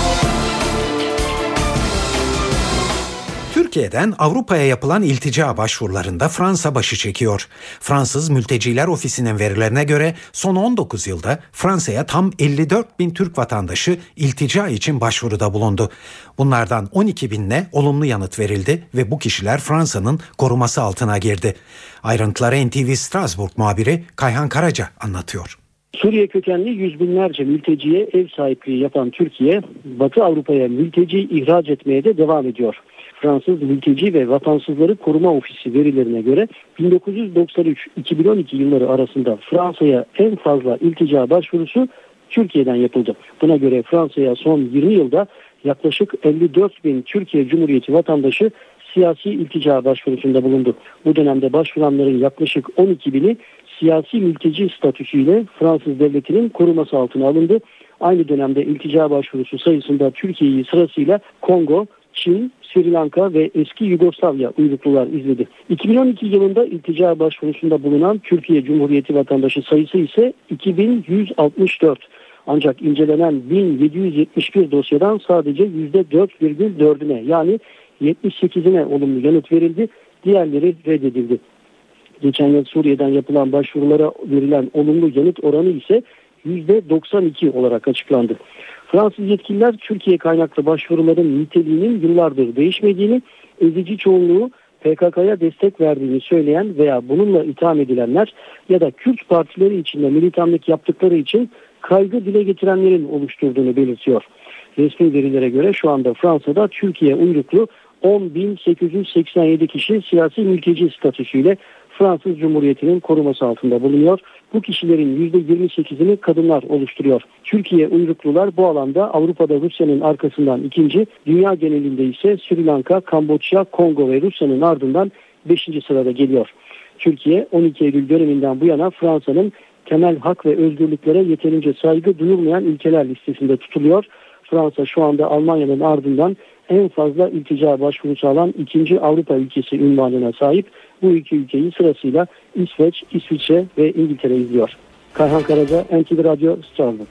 Speaker 2: Türkiye'den Avrupa'ya yapılan iltica başvurularında Fransa başı çekiyor. Fransız Mülteciler Ofisi'nin verilerine göre son on dokuz yılda Fransa'ya tam elli dört bin Türk vatandaşı iltica için başvuruda bulundu. Bunlardan on iki binine olumlu yanıt verildi ve bu kişiler Fransa'nın koruması altına girdi. Ayrıntıları N T V Strasbourg muhabiri Kayhan Karaca anlatıyor.
Speaker 13: Suriye kökenli yüz binlerce mülteciye ev sahipliği yapan Türkiye, Batı Avrupa'ya mülteci ihraç etmeye de devam ediyor. Fransız Mülteci ve Vatansızları Koruma Ofisi verilerine göre bin dokuz yüz doksan üç iki bin on iki yılları arasında Fransa'ya en fazla iltica başvurusu Türkiye'den yapıldı. Buna göre Fransa'ya son yirmi yılda yaklaşık elli dört bin Türkiye Cumhuriyeti vatandaşı siyasi iltica başvurusunda bulundu. Bu dönemde başvuranların yaklaşık on iki bini siyasi mülteci statüsüyle Fransız devletinin koruması altına alındı. Aynı dönemde iltica başvurusu sayısında Türkiye'yi sırasıyla Kongo, Çin, Sri Lanka ve eski Yugoslavya uyruklular izledi. iki bin on iki yılında iltica başvurusunda bulunan Türkiye Cumhuriyeti vatandaşı sayısı ise iki bin yüz altmış dört. Ancak incelenen bin yedi yüz yetmiş bir dosyadan sadece yüzde dört virgül dördüne yani yetmiş sekizine olumlu yanıt verildi. Diğerleri reddedildi. Geçen yıl Suriye'den yapılan başvurulara verilen olumlu yanıt oranı ise yüzde doksan iki olarak açıklandı. Fransız yetkililer Türkiye kaynaklı başvuruların niteliğinin yıllardır değişmediğini, ezici çoğunluğu P K K'ya destek verdiğini söyleyen veya bununla itham edilenler ya da Kürt partileri içinde militanlık yaptıkları için kaygı dile getirenlerin oluşturduğunu belirtiyor. Resmi verilere göre şu anda Fransa'da Türkiye uyruklu on bin sekiz yüz seksen yedi kişi siyasi mülteci statüsüyle Fransız Cumhuriyeti'nin koruması altında bulunuyor. Bu kişilerin yüzde yirmi sekizini kadınlar oluşturuyor. Türkiye uyruklular bu alanda Avrupa'da Rusya'nın arkasından ikinci, dünya genelinde ise Sri Lanka, Kamboçya, Kongo ve Rusya'nın ardından beşinci sırada geliyor. Türkiye on iki Eylül döneminden bu yana Fransa'nın temel hak ve özgürlüklere yeterince saygı duyulmayan ülkeler listesinde tutuluyor. Fransa şu anda Almanya'nın ardından en fazla iltica başvurusu alan ikinci Avrupa ülkesi unvanına sahip. Bu iki ülkeyi sırasıyla İsveç, İsviçre ve İngiltere izliyor. Kayhan Karaca, N T V Radyo, Strasbourg.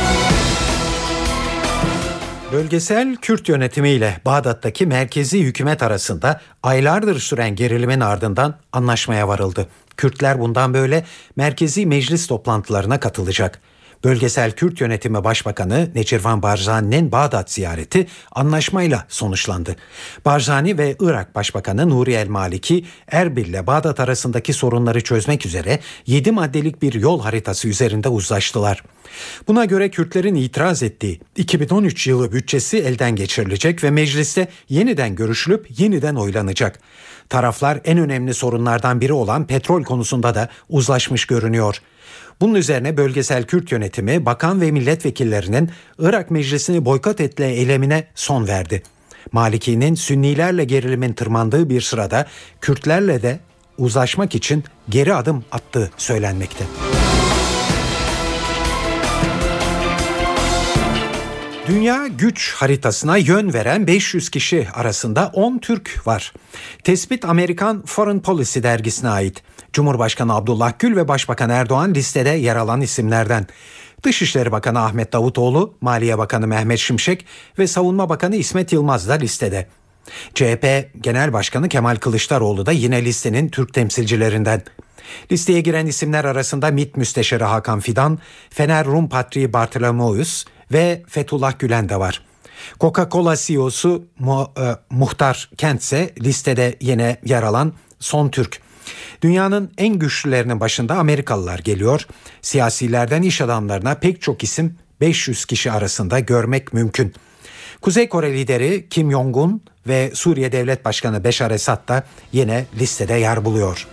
Speaker 2: Bölgesel Kürt yönetimiyle Bağdat'taki merkezi hükümet arasında aylardır süren gerilimin ardından anlaşmaya varıldı. Kürtler bundan böyle merkezi meclis toplantılarına katılacak. Bölgesel Kürt Yönetimi Başbakanı Necirvan Barzani'nin Bağdat ziyareti anlaşmayla sonuçlandı. Barzani ve Irak Başbakanı Nuri El Maliki, Erbil ile Bağdat arasındaki sorunları çözmek üzere yedi maddelik bir yol haritası üzerinde uzlaştılar. Buna göre Kürtlerin itiraz ettiği iki bin on üç yılı bütçesi elden geçirilecek ve mecliste yeniden görüşülüp yeniden oylanacak. Taraflar en önemli sorunlardan biri olan petrol konusunda da uzlaşmış görünüyor. Bunun üzerine Bölgesel Kürt Yönetimi bakan ve milletvekillerinin Irak Meclisi'ni boykot etme eylemine son verdi. Maliki'nin Sünnilerle gerilimin tırmandığı bir sırada Kürtlerle de uzlaşmak için geri adım attığı söylenmekte. Dünya güç haritasına yön veren beş yüz kişi arasında on Türk var. Tespit Amerikan Foreign Policy dergisine ait. Cumhurbaşkanı Abdullah Gül ve Başbakan Erdoğan listede yer alan isimlerden. Dışişleri Bakanı Ahmet Davutoğlu, Maliye Bakanı Mehmet Şimşek ve Savunma Bakanı İsmet Yılmaz da listede. C H P Genel Başkanı Kemal Kılıçdaroğlu da yine listenin Türk temsilcilerinden. Listeye giren isimler arasında MİT Müsteşarı Hakan Fidan, Fener Rum Patriği Bartolomeus ve Fethullah Gülen de var. Coca-Cola C E O'su Mu, e, Muhtar Kent ise listede yine yer alan son Türk. Dünyanın en güçlülerinin başında Amerikalılar geliyor. Siyasilerden iş adamlarına pek çok isim beş yüz kişi arasında görmek mümkün. Kuzey Kore lideri Kim Jong-un ve Suriye Devlet Başkanı Beşar Esad da yine listede yer buluyor.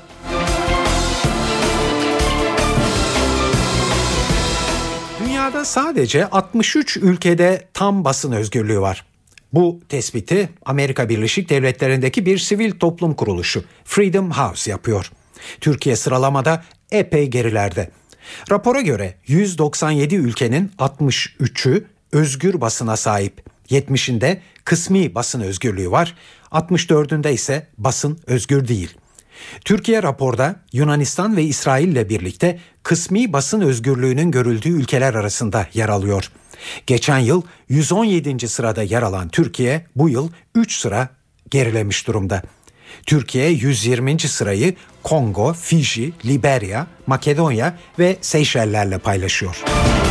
Speaker 2: Dünyada sadece altmış üç ülkede tam basın özgürlüğü var. Bu tespiti Amerika Birleşik Devletleri'ndeki bir sivil toplum kuruluşu Freedom House yapıyor. Türkiye sıralamada epey gerilerde. Rapora göre yüz doksan yedi ülkenin altmış üçü özgür basına sahip. yetmişinde kısmi basın özgürlüğü var, altmış dördünde ise basın özgür değil. Türkiye raporda Yunanistan ve İsrail ile birlikte kısmi basın özgürlüğünün görüldüğü ülkeler arasında yer alıyor. Geçen yıl yüz on yedinci sırada yer alan Türkiye bu yıl üç sıra gerilemiş durumda. Türkiye yüz yirminci sırayı Kongo, Fiji, Liberya, Makedonya ve Seyşellerle paylaşıyor.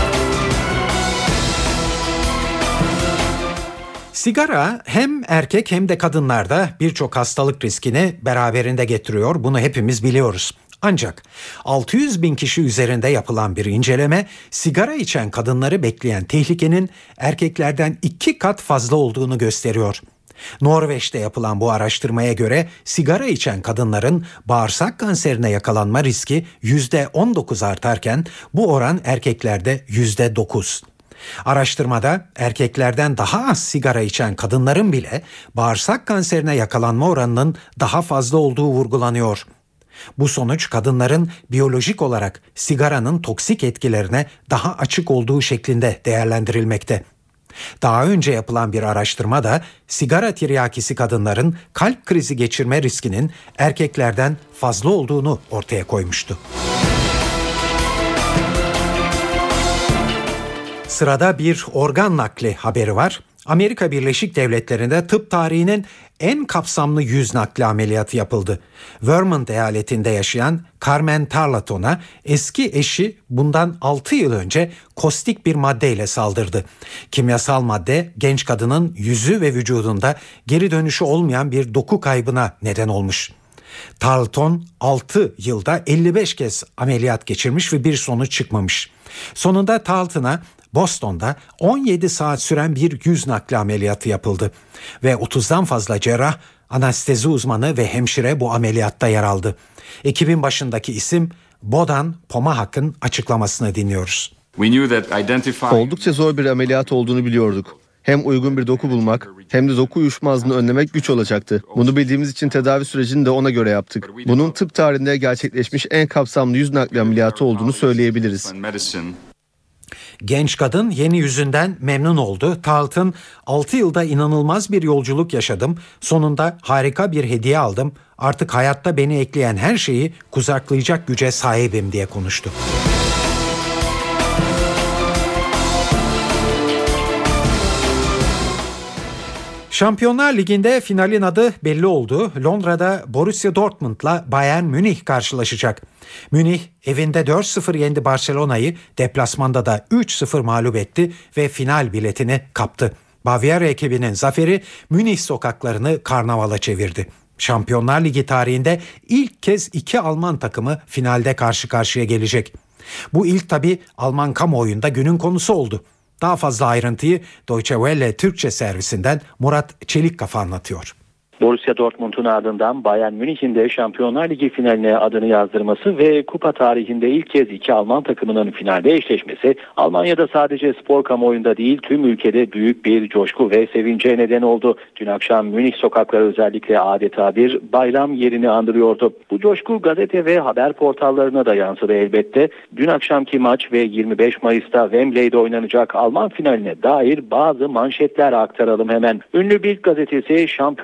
Speaker 2: Sigara hem erkek hem de kadınlarda birçok hastalık riskini beraberinde getiriyor. Bunu hepimiz biliyoruz. Ancak altı yüz bin kişi üzerinde yapılan bir inceleme sigara içen kadınları bekleyen tehlikenin erkeklerden iki kat fazla olduğunu gösteriyor. Norveç'te yapılan bu araştırmaya göre sigara içen kadınların bağırsak kanserine yakalanma riski yüzde on dokuz artarken bu oran erkeklerde yüzde dokuz. Araştırmada erkeklerden daha az sigara içen kadınların bile bağırsak kanserine yakalanma oranının daha fazla olduğu vurgulanıyor. Bu sonuç kadınların biyolojik olarak sigaranın toksik etkilerine daha açık olduğu şeklinde değerlendirilmekte. Daha önce yapılan bir araştırma da sigara tiryakisi kadınların kalp krizi geçirme riskinin erkeklerden fazla olduğunu ortaya koymuştu. Sırada bir organ nakli haberi var. Amerika Birleşik Devletleri'nde tıp tarihinin en kapsamlı yüz nakli ameliyatı yapıldı. Vermont eyaletinde yaşayan Carmen Tarleton'a eski eşi bundan altı yıl önce kostik bir maddeyle saldırdı. Kimyasal madde genç kadının yüzü ve vücudunda geri dönüşü olmayan bir doku kaybına neden olmuş. Tarleton altı yılda elli beş kez ameliyat geçirmiş ve bir sonuç çıkmamış. Sonunda Tarleton'a Boston'da on yedi saat süren bir yüz nakli ameliyatı yapıldı ve otuzdan fazla cerrah, anestezi uzmanı ve hemşire bu ameliyatta yer aldı. Ekibin başındaki isim Bodan Pomahak'ın açıklamasını dinliyoruz.
Speaker 14: Oldukça zor bir ameliyat olduğunu biliyorduk. Hem uygun bir doku bulmak hem de doku uyuşmazlığını önlemek güç olacaktı. Bunu bildiğimiz için tedavi sürecini de ona göre yaptık. Bunun tıp tarihinde gerçekleşmiş en kapsamlı yüz nakli ameliyatı olduğunu söyleyebiliriz.
Speaker 2: Genç kadın yeni yüzünden memnun oldu. Tarleton, altı yılda inanılmaz bir yolculuk yaşadım. Sonunda harika bir hediye aldım. Artık hayatta beni ekleyen her şeyi kucaklayacak güce sahibim diye konuştu. Şampiyonlar Ligi'nde finalin adı belli oldu. Londra'da Borussia Dortmund'la Bayern Münih karşılaşacak. Münih evinde dört sıfır yendi Barcelona'yı, deplasmanda da üç sıfır mağlup etti ve final biletini kaptı. Bavyera ekibinin zaferi Münih sokaklarını karnavala çevirdi. Şampiyonlar Ligi tarihinde ilk kez iki Alman takımı finalde karşı karşıya gelecek. Bu ilk tabii Alman kamuoyunda günün konusu oldu. Daha fazla ayrıntıyı Deutsche Welle Türkçe servisinden Murat Çelikkafa anlatıyor.
Speaker 15: Borussia Dortmund'un ardından Bayern Münih'in de Şampiyonlar Ligi finaline adını yazdırması ve kupa tarihinde ilk kez iki Alman takımının finalde eşleşmesi Almanya'da sadece spor kamuoyunda değil tüm ülkede büyük bir coşku ve sevince neden oldu. Dün akşam Münih sokakları özellikle adeta bir bayram yerini andırıyordu. Bu coşku gazete ve haber portallarına da yansıdı elbette. Dün akşamki maç ve yirmi beş Mayıs'ta Wembley'de oynanacak Alman finaline dair bazı manşetler aktaralım hemen. Ünlü Bild gazetesi Şampiyonlar Ligi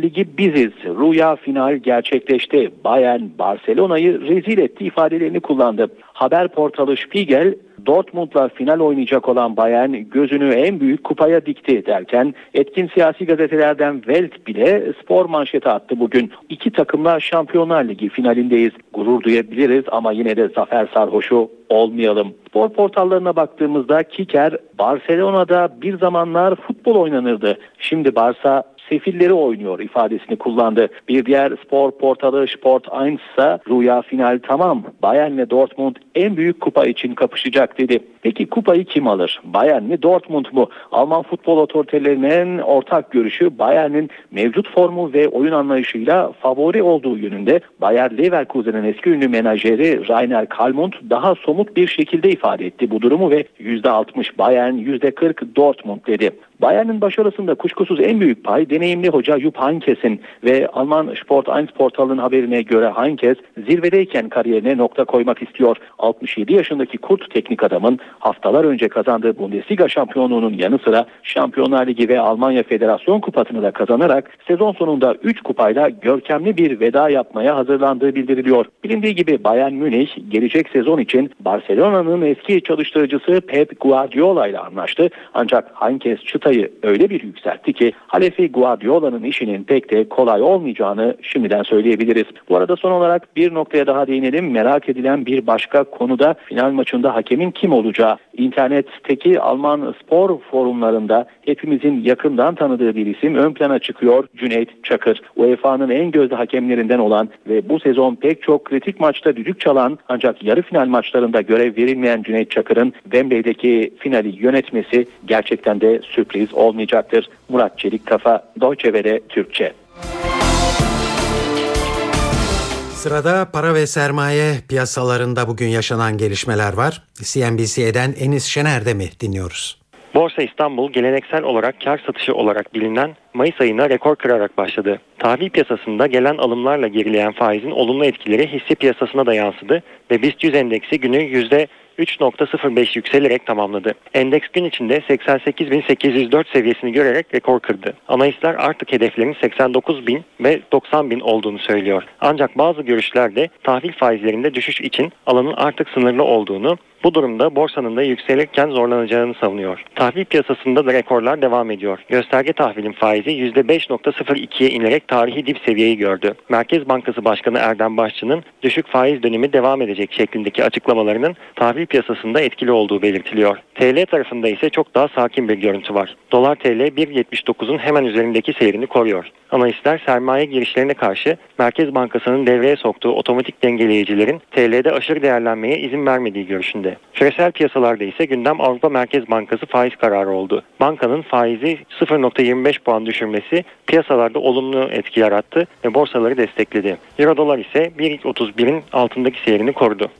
Speaker 15: Ligi biziz. Rüya final gerçekleşti. Bayern Barcelona'yı rezil etti ifadelerini kullandı. Haber portalı Spiegel, Dortmund'la final oynayacak olan Bayern gözünü en büyük kupaya dikti derken etkin siyasi gazetelerden Welt bile spor manşeti attı bugün. İki takımla Şampiyonlar Ligi finalindeyiz. Gurur duyabiliriz ama yine de zafer sarhoşu olmayalım. Spor portallarına baktığımızda Kicker, Barcelona'da bir zamanlar futbol oynanırdı. Şimdi Barça sefilleri oynuyor ifadesini kullandı. Bir diğer spor portalı Sport eins ise rüya final tamam. Bayern ve Dortmund en büyük kupa için kapışacak dedi. Peki kupayı kim alır? Bayern mi, Dortmund mu? Alman futbol otoritelerinin ortak görüşü Bayern'in mevcut formu ve oyun anlayışıyla favori olduğu yönünde. Bayer Leverkusen'in eski ünlü menajeri Rainer Kallmund daha somut bir şekilde ifade etti bu durumu ve yüzde altmış Bayern, yüzde kırk Dortmund dedi. Bayern'in başarısında kuşkusuz en büyük pay deneyimli hoca Jupp Heynckes'in ve Alman Sport eins portalının haberine göre Heynckes zirvedeyken kariyerine nokta koymak istiyor. altmış yedi yaşındaki kurt teknik adamın haftalar önce kazandığı Bundesliga şampiyonluğunun yanı sıra Şampiyonlar Ligi ve Almanya Federasyon Kupası'nı da kazanarak sezon sonunda üç kupayla görkemli bir veda yapmaya hazırlandığı bildiriliyor. Bilindiği gibi Bayern Münih gelecek sezon için Barcelona'nın eski çalıştırıcısı Pep Guardiola ile anlaştı. Ancak Heynckes çıtayı öyle bir yükseltti ki Halefi Guardiola'nın işinin pek de kolay olmayacağını şimdiden söyleyebiliriz. Bu arada son olarak bir noktaya daha değinelim. Merak edilen bir başka konuda final maçında hakemin kim olacağı. İnternetteki Alman spor forumlarında hepimizin yakından tanıdığı bir isim ön plana çıkıyor. Cüneyt Çakır. U E F A'nın en gözde hakemlerinden olan ve bu sezon pek çok kritik maçta düdük çalan ancak yarı final maçlarında görev verilmeyen Cüneyt Çakır'ın Wembley'deki finali yönetmesi gerçekten de sürpriz olmayacaktır. Murat Çelikkafa, Deutsche Welle Türkçe.
Speaker 2: Sırada para ve sermaye piyasalarında bugün yaşanan gelişmeler var. C N B C'den Enis Şener'de mi dinliyoruz?
Speaker 16: Borsa İstanbul geleneksel olarak kar satışı olarak bilinen Mayıs ayına rekor kırarak başladı. Tahvil piyasasında gelen alımlarla gerileyen faizin olumlu etkileri hisse piyasasına da yansıdı ve BIST yüz endeksi günü yüzde üç virgül sıfır beş yükselerek tamamladı. Endeks gün içinde seksen sekiz bin sekiz yüz dört seviyesini görerek rekor kırdı. Analistler artık hedeflerin seksen dokuz bin ve doksan bin olduğunu söylüyor. Ancak bazı görüşlerde tahvil faizlerinde düşüş için alanın artık sınırlı olduğunu, bu durumda borsanın da yükselirken zorlanacağını savunuyor. Tahvil piyasasında da rekorlar devam ediyor. Gösterge tahvilin faizi yüzde beş virgül sıfır ikiye inerek tarihi dip seviyeyi gördü. Merkez Bankası Başkanı Erdem Başçı'nın düşük faiz dönemi devam edecek şeklindeki açıklamalarının tahvil piyasasında etkili olduğu belirtiliyor. T L tarafında ise çok daha sakin bir görüntü var. Dolar T L bir virgül yetmiş dokuzun hemen üzerindeki seyrini koruyor. Analistler sermaye girişlerine karşı Merkez Bankası'nın devreye soktuğu otomatik dengeleyicilerin T L'de aşırı değerlenmeye izin vermediği görüşünde. Küresel piyasalarda ise gündem Avrupa Merkez Bankası faiz kararı oldu. Bankanın faizi sıfır virgül yirmi beş puan düşürmesi piyasalarda olumlu etki yarattı ve borsaları destekledi. Euro dolar ise bir virgül otuz birin altındaki seyrini korudu.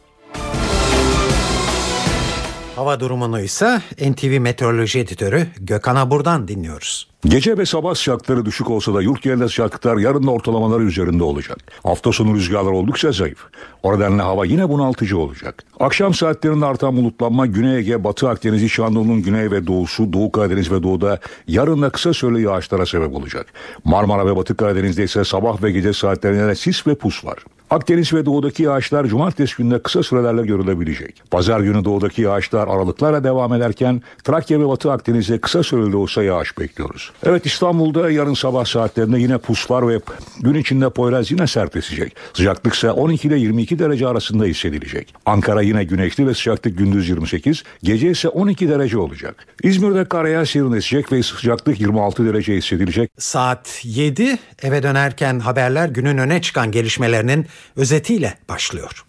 Speaker 2: Hava durumunu ise N T V Meteoroloji Editörü Gökhan Abur'dan dinliyoruz.
Speaker 17: Gece ve sabah sıcaklıkları düşük olsa da yurt genelinde sıcaklıklar yarın da ortalamaları üzerinde olacak. Hafta sonu rüzgarlar oldukça zayıf. O nedenle hava yine bunaltıcı olacak. Akşam saatlerinde artan bulutlanma Güney Ege, Batı Akdeniz, İç Anadolu'nun güney ve doğusu, Doğu Karadeniz ve doğuda yarın da kısa süreli yağışlara sebep olacak. Marmara ve Batı Karadeniz'de ise sabah ve gece saatlerinde de sis ve pus var. Akdeniz ve doğudaki yağışlar cumartesi günde kısa sürelerle görülebilecek. Pazar günü doğudaki yağışlar aralıklarla devam ederken Trakya ve Batı Akdeniz'de kısa süreli olsa yağış bekliyoruz. Evet, İstanbul'da yarın sabah saatlerinde yine pus var ve gün içinde Poyraz yine sert esecek. Sıcaklık ise on iki ile yirmi iki derece arasında hissedilecek. Ankara yine güneşli ve sıcaklık gündüz yirmi sekiz, gece ise on iki derece olacak. İzmir'de kar yağ serin esecek ve sıcaklık yirmi altı derece hissedilecek.
Speaker 2: Saat yedi, eve dönerken haberler günün öne çıkan gelişmelerinin özetiyle başlıyor.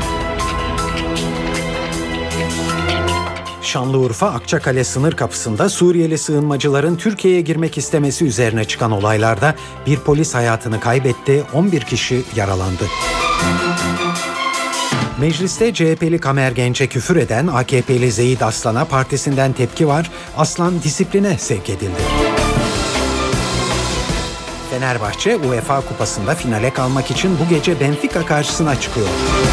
Speaker 2: Şanlıurfa Akçakale sınır kapısında Suriyeli sığınmacıların Türkiye'ye girmek istemesi üzerine çıkan olaylarda bir polis hayatını kaybetti, on bir kişi yaralandı. Mecliste C H P'li Kamer Genç'e küfür eden A K P'li Zeyid Aslan'a partisinden tepki var. Aslan disipline sevk edildi. Fenerbahçe U E F A Kupası'nda finale kalmak için bu gece Benfica karşısına çıkıyor.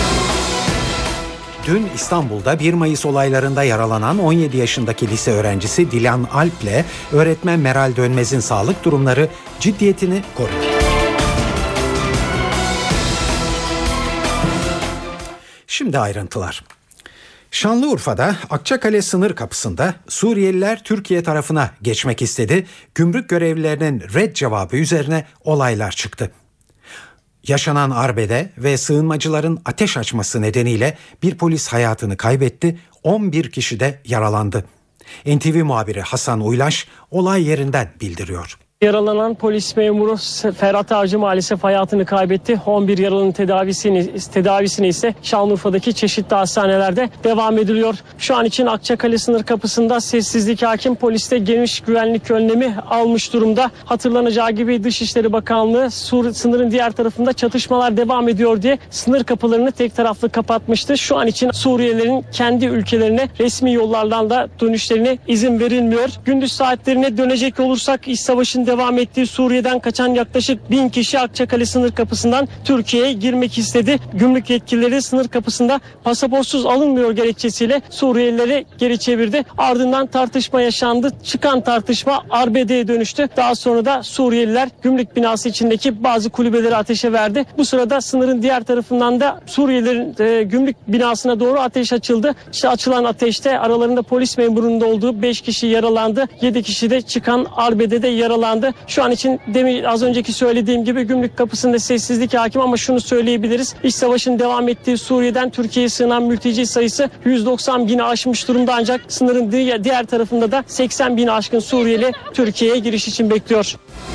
Speaker 2: Dün İstanbul'da bir Mayıs olaylarında yaralanan on yedi yaşındaki lise öğrencisi Dilan Alp'le öğretmen Meral Dönmez'in sağlık durumları ciddiyetini koruyor. Şimdi ayrıntılar. Şanlıurfa'da Akçakale sınır kapısında Suriyeliler Türkiye tarafına geçmek istedi. Gümrük görevlilerinin red cevabı üzerine olaylar çıktı. Yaşanan arbede ve sığınmacıların ateş açması nedeniyle bir polis hayatını kaybetti, on bir kişi de yaralandı. N T V muhabiri Hasan Uylaş olay yerinden bildiriyor.
Speaker 18: Yaralanan polis memuru Ferhat Avcı maalesef hayatını kaybetti. on bir yaralının tedavisini, tedavisini ise Şanlıurfa'daki çeşitli hastanelerde devam ediliyor. Şu an için Akçakale sınır kapısında sessizlik hakim, polis de geniş güvenlik önlemi almış durumda. Hatırlanacağı gibi Dışişleri Bakanlığı Sur, sınırın diğer tarafında çatışmalar devam ediyor diye sınır kapılarını tek taraflı kapatmıştı. Şu an için Suriyelilerin kendi ülkelerine resmi yollardan da dönüşlerine izin verilmiyor. Gündüz saatlerine dönecek olursak iç savaşın devam ettiği Suriye'den kaçan yaklaşık bin kişi Akçakale sınır kapısından Türkiye'ye girmek istedi. Gümrük yetkilileri sınır kapısında pasaportsuz alınmıyor gerekçesiyle Suriyelileri geri çevirdi. Ardından tartışma yaşandı. Çıkan tartışma arbedeye dönüştü. Daha sonra da Suriyeliler gümrük binası içindeki bazı kulübeleri ateşe verdi. Bu sırada sınırın diğer tarafından da Suriyelilerin e, gümrük binasına doğru ateş açıldı. İşte açılan ateşte aralarında polis memurunun da olduğu beş kişi yaralandı. yedi kişi de çıkan arbedede yaralandı. Şu an için demin az önceki söylediğim gibi gümrük kapısında sessizlik hakim ama şunu söyleyebiliriz. İç savaşın devam ettiği Suriye'den Türkiye'ye sığınan mülteci sayısı yüz doksan bini aşmış durumda, ancak sınırın diğer tarafında da seksen bini aşkın Suriyeli Türkiye'ye giriş için bekliyor.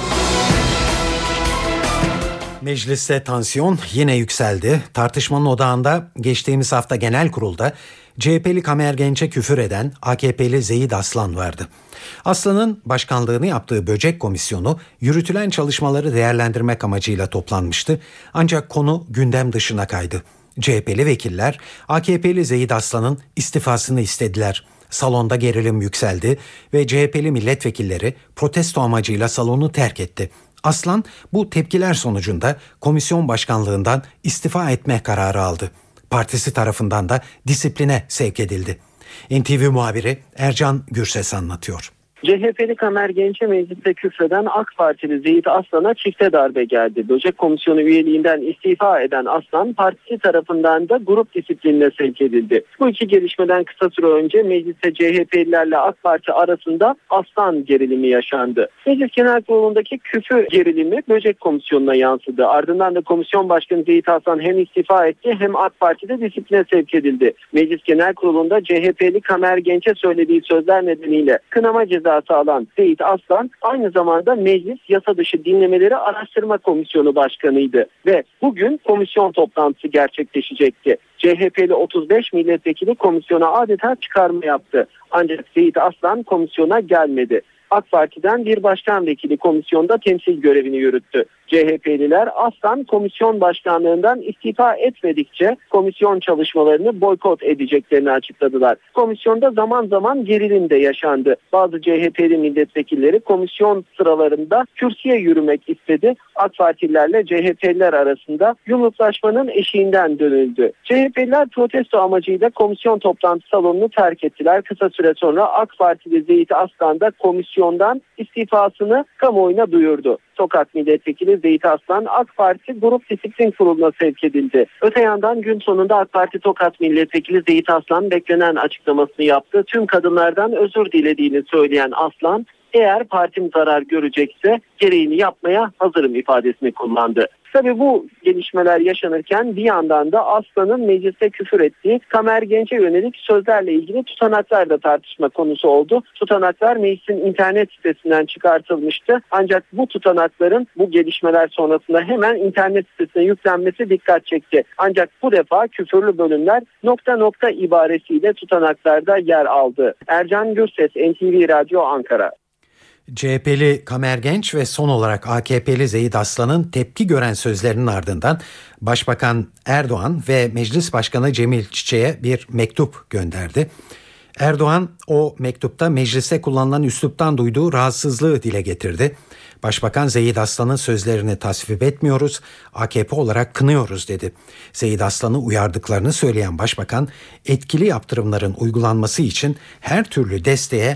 Speaker 2: Mecliste tansiyon yine yükseldi. Tartışmanın odağında geçtiğimiz hafta genel kurulda C H P'li Kamer Genç'e küfür eden A K P'li Zeyid Aslan vardı. Aslan'ın başkanlığını yaptığı Böcek Komisyonu yürütülen çalışmaları değerlendirmek amacıyla toplanmıştı. Ancak konu gündem dışına kaydı. C H P'li vekiller A K P'li Zeyid Aslan'ın istifasını istediler. Salonda gerilim yükseldi ve C H P'li milletvekilleri protesto amacıyla salonu terk etti. Aslan bu tepkiler sonucunda komisyon başkanlığından istifa etme kararı aldı. Partisi tarafından da disipline sevk edildi. N T V muhabiri Ercan Gürses anlatıyor.
Speaker 8: C H P'li Kamer Genç'e mecliste küfreden AK Partili Zeyid Aslan'a çifte darbe geldi. Böcek Komisyonu üyeliğinden istifa eden Aslan partisi tarafından da grup disiplinine sevk edildi. Bu iki gelişmeden kısa süre önce mecliste C H P'lilerle AK Parti arasında Aslan gerilimi yaşandı. Meclis Genel Kurulu'ndaki küfür gerilimi Böcek Komisyonu'na yansıdı. Ardından da Komisyon Başkanı Zeyid Aslan hem istifa etti hem AK Parti'de disipline sevk edildi. Meclis Genel Kurulu'nda C H P'li Kamer Genç'e söylediği sözler nedeniyle kınama cezası alan Zeyid Aslan aynı zamanda Meclis Yasa Dışı Dinlemeleri Araştırma Komisyonu Başkanıydı ve bugün komisyon toplantısı gerçekleşecekti. C H P'li otuz beş milletvekili komisyona adeta çıkarma yaptı. Ancak Zeyid Aslan komisyona gelmedi. AK Parti'den bir başkan vekili komisyonda temsil görevini yürüttü. C H P'liler Aslan komisyon başkanlığından istifa etmedikçe komisyon çalışmalarını boykot edeceklerini açıkladılar. Komisyonda zaman zaman gerilim de yaşandı. Bazı C H P'li milletvekilleri komisyon sıralarında kürsüye yürümek istedi. AK Partililerle C H P'liler arasında yumruklaşmanın eşiğinden dönüldü. C H P'liler protesto amacıyla komisyon toplantı salonunu terk ettiler. Kısa süre sonra AK Partili Zeyid Aslan da komisyondan istifasını kamuoyuna duyurdu. Tokat Milletvekili Zeyid Aslan AK Parti Grup Disiplin Kurulu'na sevk edildi. Öte yandan gün sonunda AK Parti Tokat Milletvekili Zeyid Aslan beklenen açıklamasını yaptı. Tüm kadınlardan özür dilediğini söyleyen Aslan, eğer partim zarar görecekse gereğini yapmaya hazırım ifadesini kullandı. Tabii bu gelişmeler yaşanırken bir yandan da Aslan'ın mecliste küfür ettiği Kamer Genç'e yönelik sözlerle ilgili tutanaklar da tartışma konusu oldu. Tutanaklar meclisin internet sitesinden çıkartılmıştı. Ancak bu tutanakların bu gelişmeler sonrasında hemen internet sitesine yüklenmesi dikkat çekti. Ancak bu defa küfürlü bölümler nokta nokta ibaresiyle tutanaklarda yer aldı. Ercan Gürses, N T V Radyo, Ankara.
Speaker 2: C H P'li Kamer Genç ve son olarak A K P'li Zeyid Aslan'ın tepki gören sözlerinin ardından Başbakan Erdoğan ve Meclis Başkanı Cemil Çiçek'e bir mektup gönderdi. Erdoğan o mektupta mecliste kullanılan üsluptan duyduğu rahatsızlığı dile getirdi. Başbakan Zeyid Aslan'ın sözlerini tasvip etmiyoruz, A K P olarak kınıyoruz dedi. Zeyid Aslan'ı uyardıklarını söyleyen Başbakan, etkili yaptırımların uygulanması için her türlü desteğe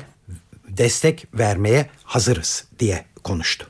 Speaker 2: destek vermeye hazırız diye konuştu.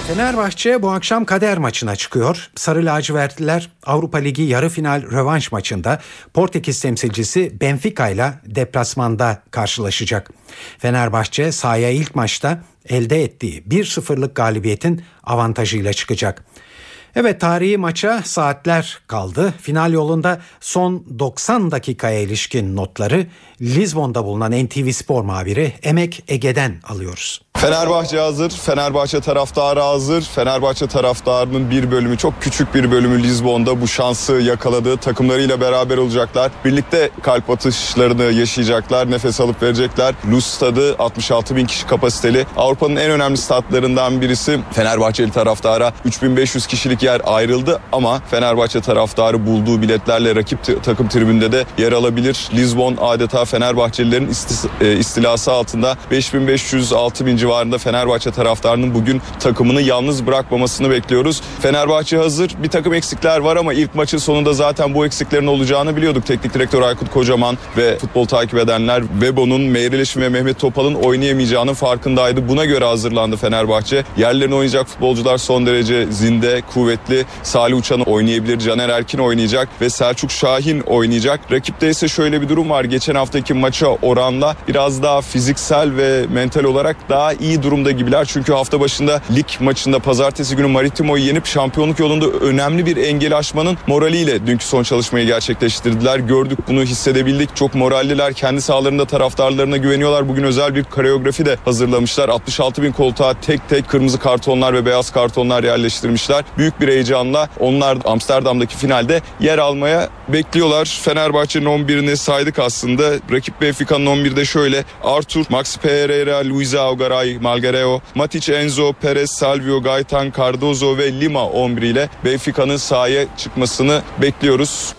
Speaker 2: Fenerbahçe bu akşam kader maçına çıkıyor. Sarı lacivertliler Avrupa Ligi yarı final rövanş maçında Portekiz temsilcisi Benfica ile deplasmanda karşılaşacak. Fenerbahçe sahaya ilk maçta elde ettiği bir sıfırlık galibiyetin avantajıyla çıkacak. Evet, tarihi maça saatler kaldı. Final yolunda son doksan dakikaya ilişkin notları Lizbon'da bulunan N T V Spor muhabiri Emek Ege'den alıyoruz.
Speaker 9: Fenerbahçe hazır, Fenerbahçe taraftarı hazır. Fenerbahçe taraftarının bir bölümü, çok küçük bir bölümü Lizbon'da bu şansı yakaladı. Takımlarıyla beraber olacaklar. Birlikte kalp atışlarını yaşayacaklar, nefes alıp verecekler. Luz stadı altmış altı bin kişi kapasiteli. Avrupa'nın en önemli statlarından birisi. Fenerbahçeli taraftara üç bin beş yüz kişilik yer ayrıldı ama Fenerbahçe taraftarı bulduğu biletlerle rakip t- takım tribünde de yer alabilir. Lizbon adeta Fenerbahçelilerin istis- e, istilası altında. beş bin beş yüz altı bin civarında Fenerbahçe taraftarının bugün takımını yalnız bırakmamasını bekliyoruz. Fenerbahçe hazır. Bir takım eksikler var ama ilk maçın sonunda zaten bu eksiklerin olacağını biliyorduk. Teknik direktör Aykut Kocaman ve futbol takip edenler Webo'nun, Meireles ve Mehmet Topal'ın oynayamayacağının farkındaydı. Buna göre hazırlandı Fenerbahçe. Yerlerine oynayacak futbolcular son derece zinde, kuvvetli. Salih Uçan oynayabilir, Caner Erkin oynayacak ve Selçuk Şahin oynayacak. Rakipte ise şöyle bir durum var. Geçen haftaki maça oranla biraz daha fiziksel ve mental olarak daha iyi durumda gibiler. Çünkü hafta başında lig maçında pazartesi günü Maritimo'yu yenip şampiyonluk yolunda önemli bir engeli aşmanın moraliyle dünkü son çalışmayı gerçekleştirdiler. Gördük, bunu hissedebildik. Çok moralliler. Kendi sahalarında taraftarlarına güveniyorlar. Bugün özel bir koreografi de hazırlamışlar. altmış altı bin koltuğa tek tek kırmızı kartonlar ve beyaz kartonlar yerleştirmişler. Büyük bir heyecanla onlar Amsterdam'daki finalde yer almaya bekliyorlar. Fenerbahçe'nin on birini saydık aslında. Rakip Benfica'nın on birde şöyle: Arthur, Max Pereira, Luisa Ogaray, Malgareo, Matic, Enzo, Perez, Salvio, Gaitan, Cardozo ve Lima on bir ile Benfica'nın sahaya çıkmasını bekliyoruz.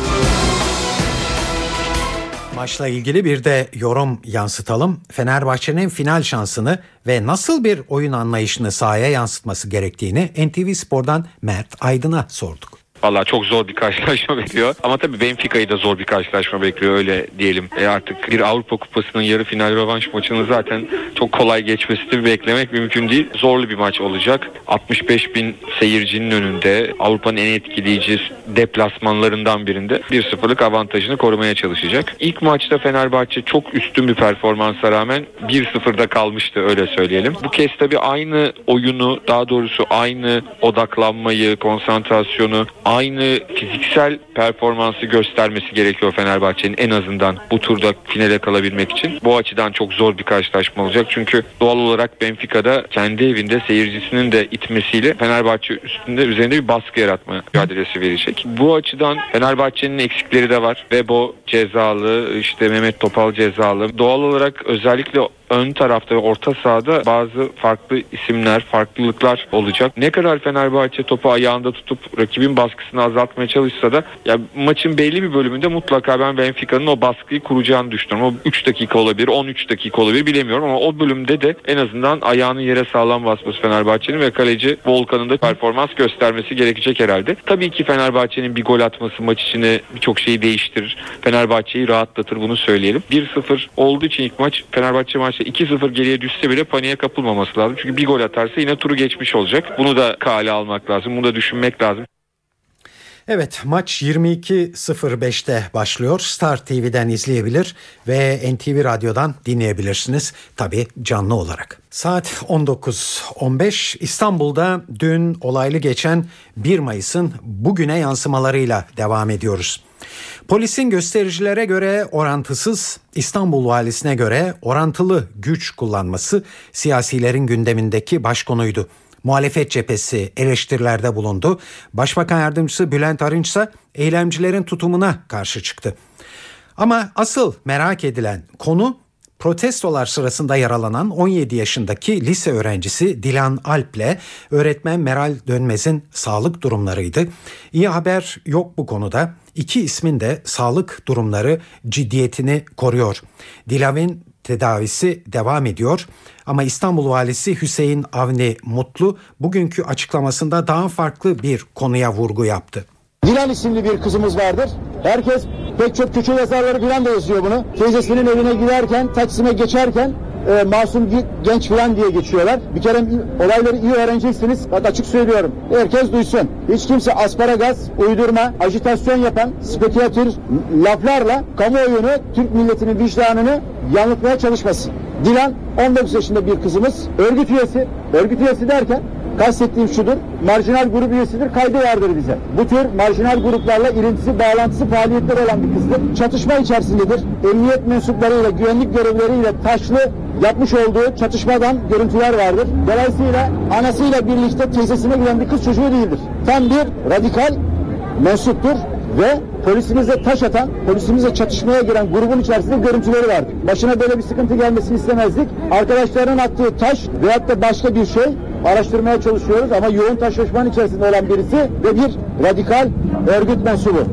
Speaker 2: Maçla ilgili bir de yorum yansıtalım. Fenerbahçe'nin final şansını ve nasıl bir oyun anlayışını sahaya yansıtması gerektiğini N T V Spor'dan Mert Aydın'a sorduk.
Speaker 11: Vallahi çok zor bir karşılaşma bekliyor. Ama tabii Benfica'yı da zor bir karşılaşma bekliyor, öyle diyelim. E artık bir Avrupa Kupası'nın yarı final rövanş maçını zaten çok kolay geçmesini beklemek mümkün değil. Zorlu bir maç olacak. altmış beş bin seyircinin önünde Avrupa'nın en etkileyici deplasmanlarından birinde bir sıfırlık avantajını korumaya çalışacak. İlk maçta Fenerbahçe çok üstün bir performansa rağmen bir sıfırda kalmıştı, öyle söyleyelim. Bu kez tabii aynı oyunu, daha doğrusu aynı odaklanmayı, konsantrasyonu, aynı fiziksel performansı göstermesi gerekiyor Fenerbahçe'nin, en azından bu turda finale kalabilmek için. Bu açıdan çok zor bir karşılaşma olacak. Çünkü doğal olarak Benfica'da kendi evinde seyircisinin de itmesiyle Fenerbahçe üstünde üzerinde bir baskı yaratma mücadelesi verecek. Bu açıdan Fenerbahçe'nin eksikleri de var. Webo cezalı, işte Mehmet Topal cezalı. Doğal olarak özellikle ön tarafta ve orta sahada bazı farklı isimler, farklılıklar olacak. Ne kadar Fenerbahçe topu ayağında tutup rakibin baskısını azaltmaya çalışsa da ya maçın belli bir bölümünde mutlaka ben Benfica'nın o baskıyı kuracağını düşünüyorum. O üç dakika olabilir, on üç dakika olabilir, bilemiyorum ama o bölümde de en azından ayağını yere sağlam basması Fenerbahçe'nin ve kaleci Volkan'ın da performans göstermesi gerekecek herhalde. Tabii ki Fenerbahçe'nin bir gol atması maç içine birçok şeyi değiştirir. Fenerbahçe'yi rahatlatır, bunu söyleyelim. bir sıfır olduğu için ilk maç, Fenerbahçe maçta iki sıfır geriye düşse bile paniğe kapılmaması lazım. Çünkü bir gol atarsa yine turu geçmiş olacak. Bunu da kale almak lazım. Bunu da düşünmek lazım.
Speaker 2: Evet, maç yirmi iki sıfır beşte başlıyor. Star T V'den izleyebilir ve N T V Radyo'dan dinleyebilirsiniz. Tabii canlı olarak. Saat on dokuz on beş, İstanbul'da dün olaylı geçen bir Mayıs'ın bugüne yansımalarıyla devam ediyoruz. Polisin göstericilere göre orantısız, İstanbul valisine göre orantılı güç kullanması siyasilerin gündemindeki baş konuydu. Muhalefet cephesi eleştirilerde bulundu. Başbakan Yardımcısı Bülent Arınç ise eylemcilerin tutumuna karşı çıktı. Ama asıl merak edilen konu protestolar sırasında yaralanan on yedi yaşındaki lise öğrencisi Dilan Alp'le öğretmen Meral Dönmez'in sağlık durumlarıydı. İyi haber yok bu konuda. İki ismin de sağlık durumları ciddiyetini koruyor. Dilan'ın tedavisi devam ediyor. Ama İstanbul Valisi Hüseyin Avni Mutlu bugünkü açıklamasında daha farklı bir konuya vurgu yaptı.
Speaker 3: Dilan isimli bir kızımız vardır. Herkes, pek çok köşe yazarları falan da yazıyor bunu. Teyzesinin evine giderken, Taksim'e geçerken e, masum genç falan diye geçiyorlar. Bir kere olayları iyi öğreneceksiniz. Bak açık söylüyorum. Herkes duysun. Hiç kimse asparagas, uydurma, ajitasyon yapan, spekülatör laflarla kamuoyunu, Türk milletinin vicdanını yanıltmaya çalışmasın. Dilan on dokuz yaşında bir kızımız. Örgüt üyesi. Örgüt üyesi derken kastettiğim şudur. Marjinal grup üyesidir. Kaydı vardır bize. Bu tür marjinal gruplarla ilintisi, bağlantısı, faaliyetleri olan bir kızdır. Çatışma içerisindedir. Emniyet mensuplarıyla, güvenlik görevlileriyle taşlı yapmış olduğu çatışmadan görüntüler vardır. Dolayısıyla anasıyla birlikte teyzesine giden bir kız çocuğu değildir. Tam bir radikal mensuptur ve polisimize taş atan, polisimizle çatışmaya giren grubun içerisinde görüntüleri vardı. Başına böyle bir sıkıntı gelmesini istemezdik. Arkadaşlarının attığı taş veyahut da başka bir şey araştırmaya çalışıyoruz ama yoğun taşlaşmanın içerisinde olan birisi ve bir radikal örgüt mensubu.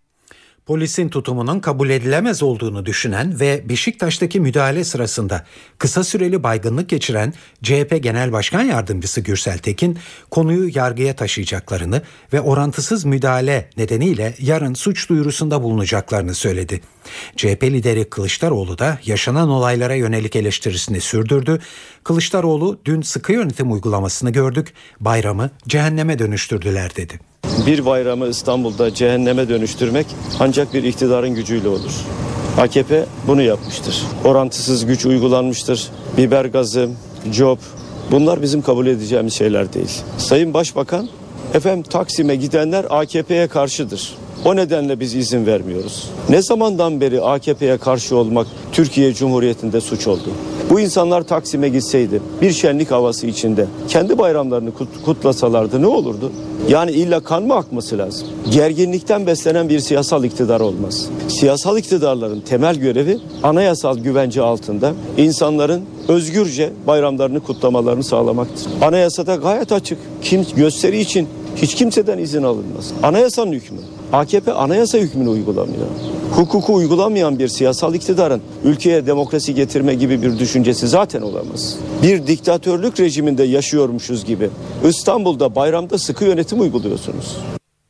Speaker 2: Polisin tutumunun kabul edilemez olduğunu düşünen ve Beşiktaş'taki müdahale sırasında kısa süreli baygınlık geçiren C H P Genel Başkan Yardımcısı Gürsel Tekin, konuyu yargıya taşıyacaklarını ve orantısız müdahale nedeniyle yarın suç duyurusunda bulunacaklarını söyledi. C H P lideri Kılıçdaroğlu da yaşanan olaylara yönelik eleştirisini sürdürdü. Kılıçdaroğlu, dün sıkı yönetim uygulamasını gördük, bayramı cehenneme dönüştürdüler dedi.
Speaker 1: Bir bayramı İstanbul'da cehenneme dönüştürmek ancak bir iktidarın gücüyle olur. A K P bunu yapmıştır. Orantısız güç uygulanmıştır. Biber gazı, cop, bunlar bizim kabul edeceğimiz şeyler değil. Sayın Başbakan, efendim Taksim'e gidenler A K P'ye karşıdır. O nedenle biz izin vermiyoruz. Ne zamandan beri A K P'ye karşı olmak Türkiye Cumhuriyeti'nde suç oldu? Bu insanlar Taksim'e gitseydi, bir şenlik havası içinde kendi bayramlarını kut- kutlasalardı ne olurdu? Yani illa kan mı akması lazım? Gerginlikten beslenen bir siyasal iktidar olmaz. Siyasal iktidarların temel görevi anayasal güvence altında insanların özgürce bayramlarını kutlamalarını sağlamaktır. Anayasada gayet açık. Kim gösteri için hiç kimseden izin alınmaz. Anayasanın hükmü. A K P anayasa hükmünü uygulamıyor. Hukuku uygulamayan bir siyasal iktidarın ülkeye demokrasi getirme gibi bir düşüncesi zaten olamaz. Bir diktatörlük rejiminde yaşıyormuşuz gibi İstanbul'da bayramda sıkı yönetim uyguluyorsunuz.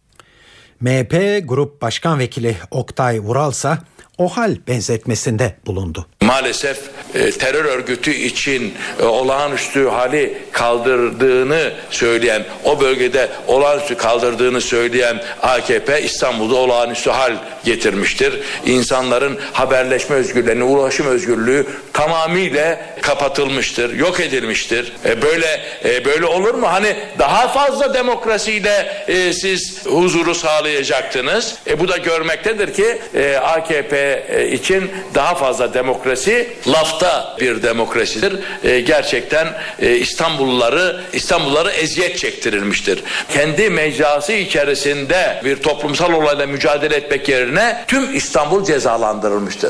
Speaker 2: M H P Grup Başkan Vekili Oktay Vuralsa o hal benzetmesinde bulundu.
Speaker 4: Maalesef e, terör örgütü için e, olağanüstü hali kaldırdığını söyleyen, o bölgede olağanüstü kaldırdığını söyleyen A K P İstanbul'da olağanüstü hal getirmiştir. İnsanların haberleşme özgürlüğü, ulaşım özgürlüğü tamamıyla kapatılmıştır, yok edilmiştir. E, böyle e, böyle olur mu? Hani daha fazla demokrasiyle e, siz huzuru sağlayacaktınız. E, bu da görmektedir ki e, A K P için daha fazla demokrasi lafta bir demokrasidir. E, gerçekten e, İstanbulluları İstanbulluları eziyet çektirilmiştir. Kendi mecrası içerisinde bir toplumsal olayla mücadele etmek yerine tüm İstanbul cezalandırılmıştır.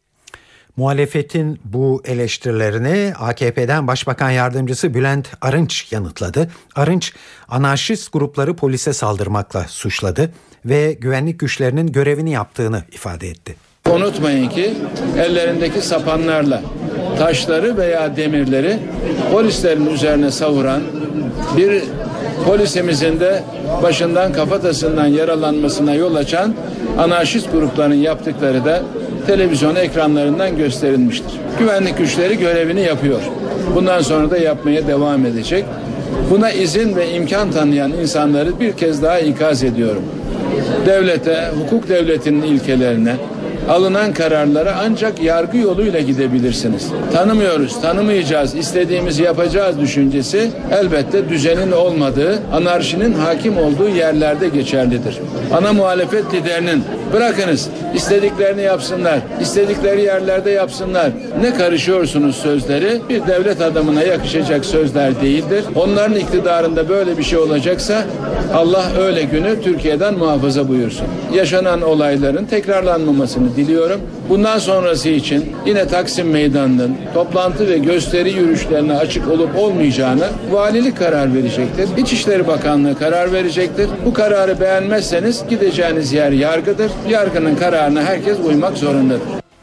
Speaker 2: Muhalefetin bu eleştirilerini A K P'den Başbakan Yardımcısı Bülent Arınç yanıtladı. Arınç, anarşist grupları polise saldırmakla suçladı ve güvenlik güçlerinin görevini yaptığını ifade etti.
Speaker 5: Unutmayın ki ellerindeki sapanlarla taşları veya demirleri polislerin üzerine savuran bir polisimizin de başından kafatasından yaralanmasına yol açan anarşist grupların yaptıkları da televizyon ekranlarından gösterilmiştir. Güvenlik güçleri görevini yapıyor. Bundan sonra da yapmaya devam edecek. Buna izin ve imkan tanıyan insanları bir kez daha ikaz ediyorum. Devlete, hukuk devletinin ilkelerine, alınan kararlara ancak yargı yoluyla gidebilirsiniz. Tanımıyoruz, tanımayacağız, istediğimizi yapacağız düşüncesi elbette düzenin olmadığı, anarşinin hakim olduğu yerlerde geçerlidir. Ana muhalefet liderinin bırakınız, istediklerini yapsınlar, istedikleri yerlerde yapsınlar, ne karışıyorsunuz sözleri bir devlet adamına yakışacak sözler değildir. Onların iktidarında böyle bir şey olacaksa Allah öyle günü Türkiye'den muhafaza buyursun. Yaşanan olayların tekrarlanmamasını diliyorum. Bundan sonrası için yine Taksim Meydanı'nın toplantı ve gösteri yürüyüşlerine açık olup olmayacağına valilik karar verecektir. İçişleri Bakanlığı karar verecektir. Bu kararı beğenmezseniz gideceğiniz yer yargıdır. Yargının kararına herkes uymak zorundadır.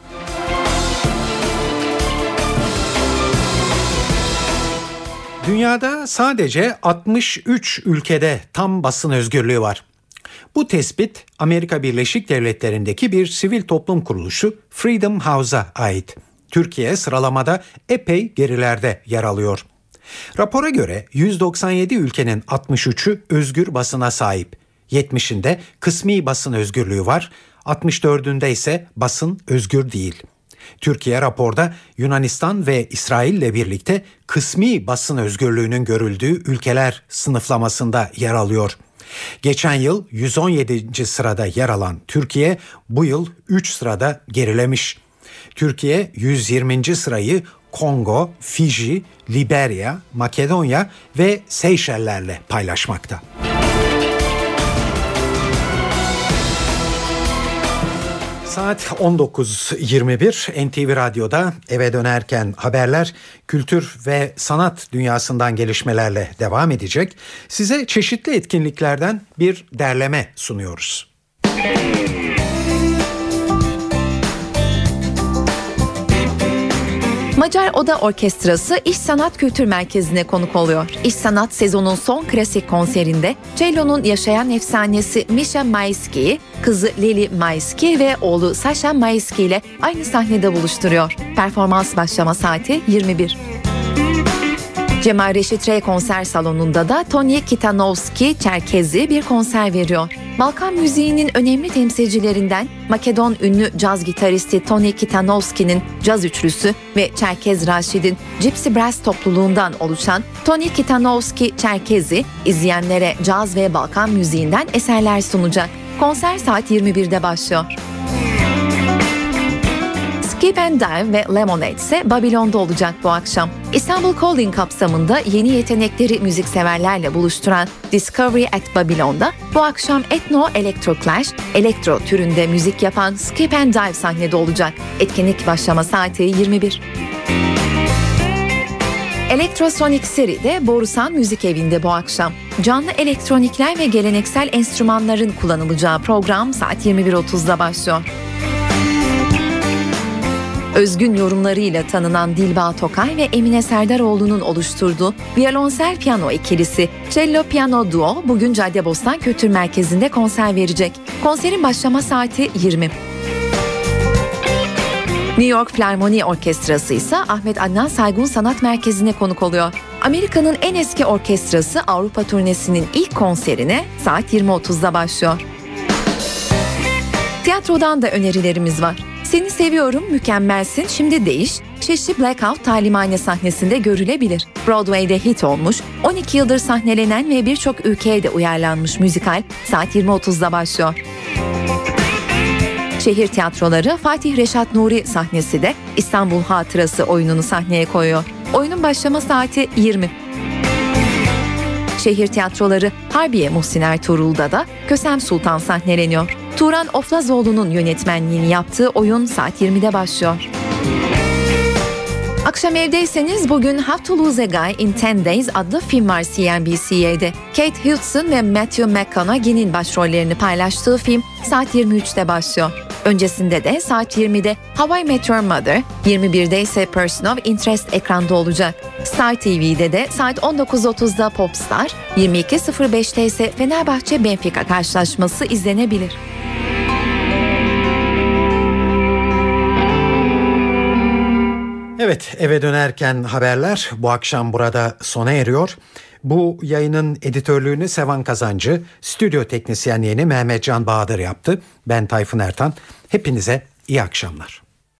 Speaker 2: Dünyada sadece altmış üç ülkede tam basın özgürlüğü var. Bu tespit Amerika Birleşik Devletleri'ndeki bir sivil toplum kuruluşu Freedom House'a ait. Türkiye sıralamada epey gerilerde yer alıyor. Rapora göre yüz doksan yedi ülkenin altmış üçü özgür basına sahip. yetmişinde kısmi basın özgürlüğü var, altmış dördünde ise basın özgür değil. Türkiye raporda Yunanistan ve İsrail ile birlikte kısmi basın özgürlüğünün görüldüğü ülkeler sınıflamasında yer alıyor. Geçen yıl yüz on yedinci sırada yer alan Türkiye bu yıl üç sırada gerilemiş. Türkiye yüz yirminci sırayı Kongo, Fiji, Liberya, Makedonya ve Seyşeller'le paylaşmakta. Saat on dokuz yirmi bir N T V Radyo'da eve dönerken haberler kültür ve sanat dünyasından gelişmelerle devam edecek. Size çeşitli etkinliklerden bir derleme sunuyoruz.
Speaker 19: Macar Oda Orkestrası İş Sanat Kültür Merkezi'ne konuk oluyor. İş Sanat sezonun son klasik konserinde cello'nun yaşayan efsanesi Misha Maisky'yi kızı Lili Maisky ve oğlu Sasha Maisky ile aynı sahnede buluşturuyor. Performans başlama saati yirmi bir. Cemal Reşit Rey konser salonunda da Tony Kitanovski Çerkezi bir konser veriyor. Balkan müziğinin önemli temsilcilerinden Makedon ünlü caz gitaristi Tony Kitanovski'nin caz üçlüsü ve Çerkez Raşid'in Gypsy Brass topluluğundan oluşan Tony Kitanovski Çerkezi izleyenlere caz ve Balkan müziğinden eserler sunacak. Konser saat yirmi birde başlıyor. Skip and Dive ve Lemonade ise Babilon'da olacak bu akşam. İstanbul Calling kapsamında yeni yetenekleri müzikseverlerle buluşturan Discovery at Babylon'da bu akşam Ethno Electro Clash, elektro türünde müzik yapan Skip and Dive sahnede olacak. Etkinlik başlama saati yirmi bir. Electrosonic Seri'de Borusan Müzik Evi'nde bu akşam. Canlı elektronikler ve geleneksel enstrümanların kullanılacağı program saat yirmi bir otuzda başlıyor. Özgün yorumlarıyla tanınan Dilba Tokay ve Emine Serdaroğlu'nun oluşturduğu violonsel piyano ikilisi Cello Piano Duo bugün Caddebostan Kültür Merkezi'nde konser verecek. Konserin başlama saati yirmi. New York Philharmonic Orkestrası ise Ahmet Adnan Saygun Sanat Merkezi'ne konuk oluyor. Amerika'nın en eski orkestrası Avrupa turnesinin ilk konserine saat yirmi otuzda başlıyor. Tiyatrodan da önerilerimiz var. Seni Seviyorum, Mükemmelsin, Şimdi Değiş, Şişli Blackout Talimhane sahnesinde görülebilir. Broadway'de hit olmuş, on iki yıldır sahnelenen ve birçok ülkeye de uyarlanmış müzikal saat yirmi otuzda başlıyor. Şehir tiyatroları Fatih Reşat Nuri sahnesi de İstanbul Hatırası oyununu sahneye koyuyor. Oyunun başlama saati yirmi. Şehir tiyatroları Harbiye Muhsin Ertuğrul'da da Kösem Sultan sahneleniyor. Turan Oflazoğlu'nun yönetmenliğini yaptığı oyun saat yirmide başlıyor. Akşam evdeyseniz bugün How to Lose a Guy in ten Days adlı film var C N B C'de. Kate Hudson ve Matthew McConaughey'nin başrollerini paylaştığı film saat yirmi üçte başlıyor. Öncesinde de saat yirmide How I Met Your Mother, yirmi birde ise Person of Interest ekranda olacak. Star T V'de de saat on dokuz otuzda Popstar, yirmi iki sıfır beşte ise Fenerbahçe Benfica karşılaşması izlenebilir.
Speaker 2: Evet, eve dönerken haberler bu akşam burada sona eriyor. Bu yayının editörlüğünü Sevan Kazancı, stüdyo teknisyenliğini Mehmet Can Bahadır yaptı. Ben Tayfun Ertan. Hepinize iyi akşamlar.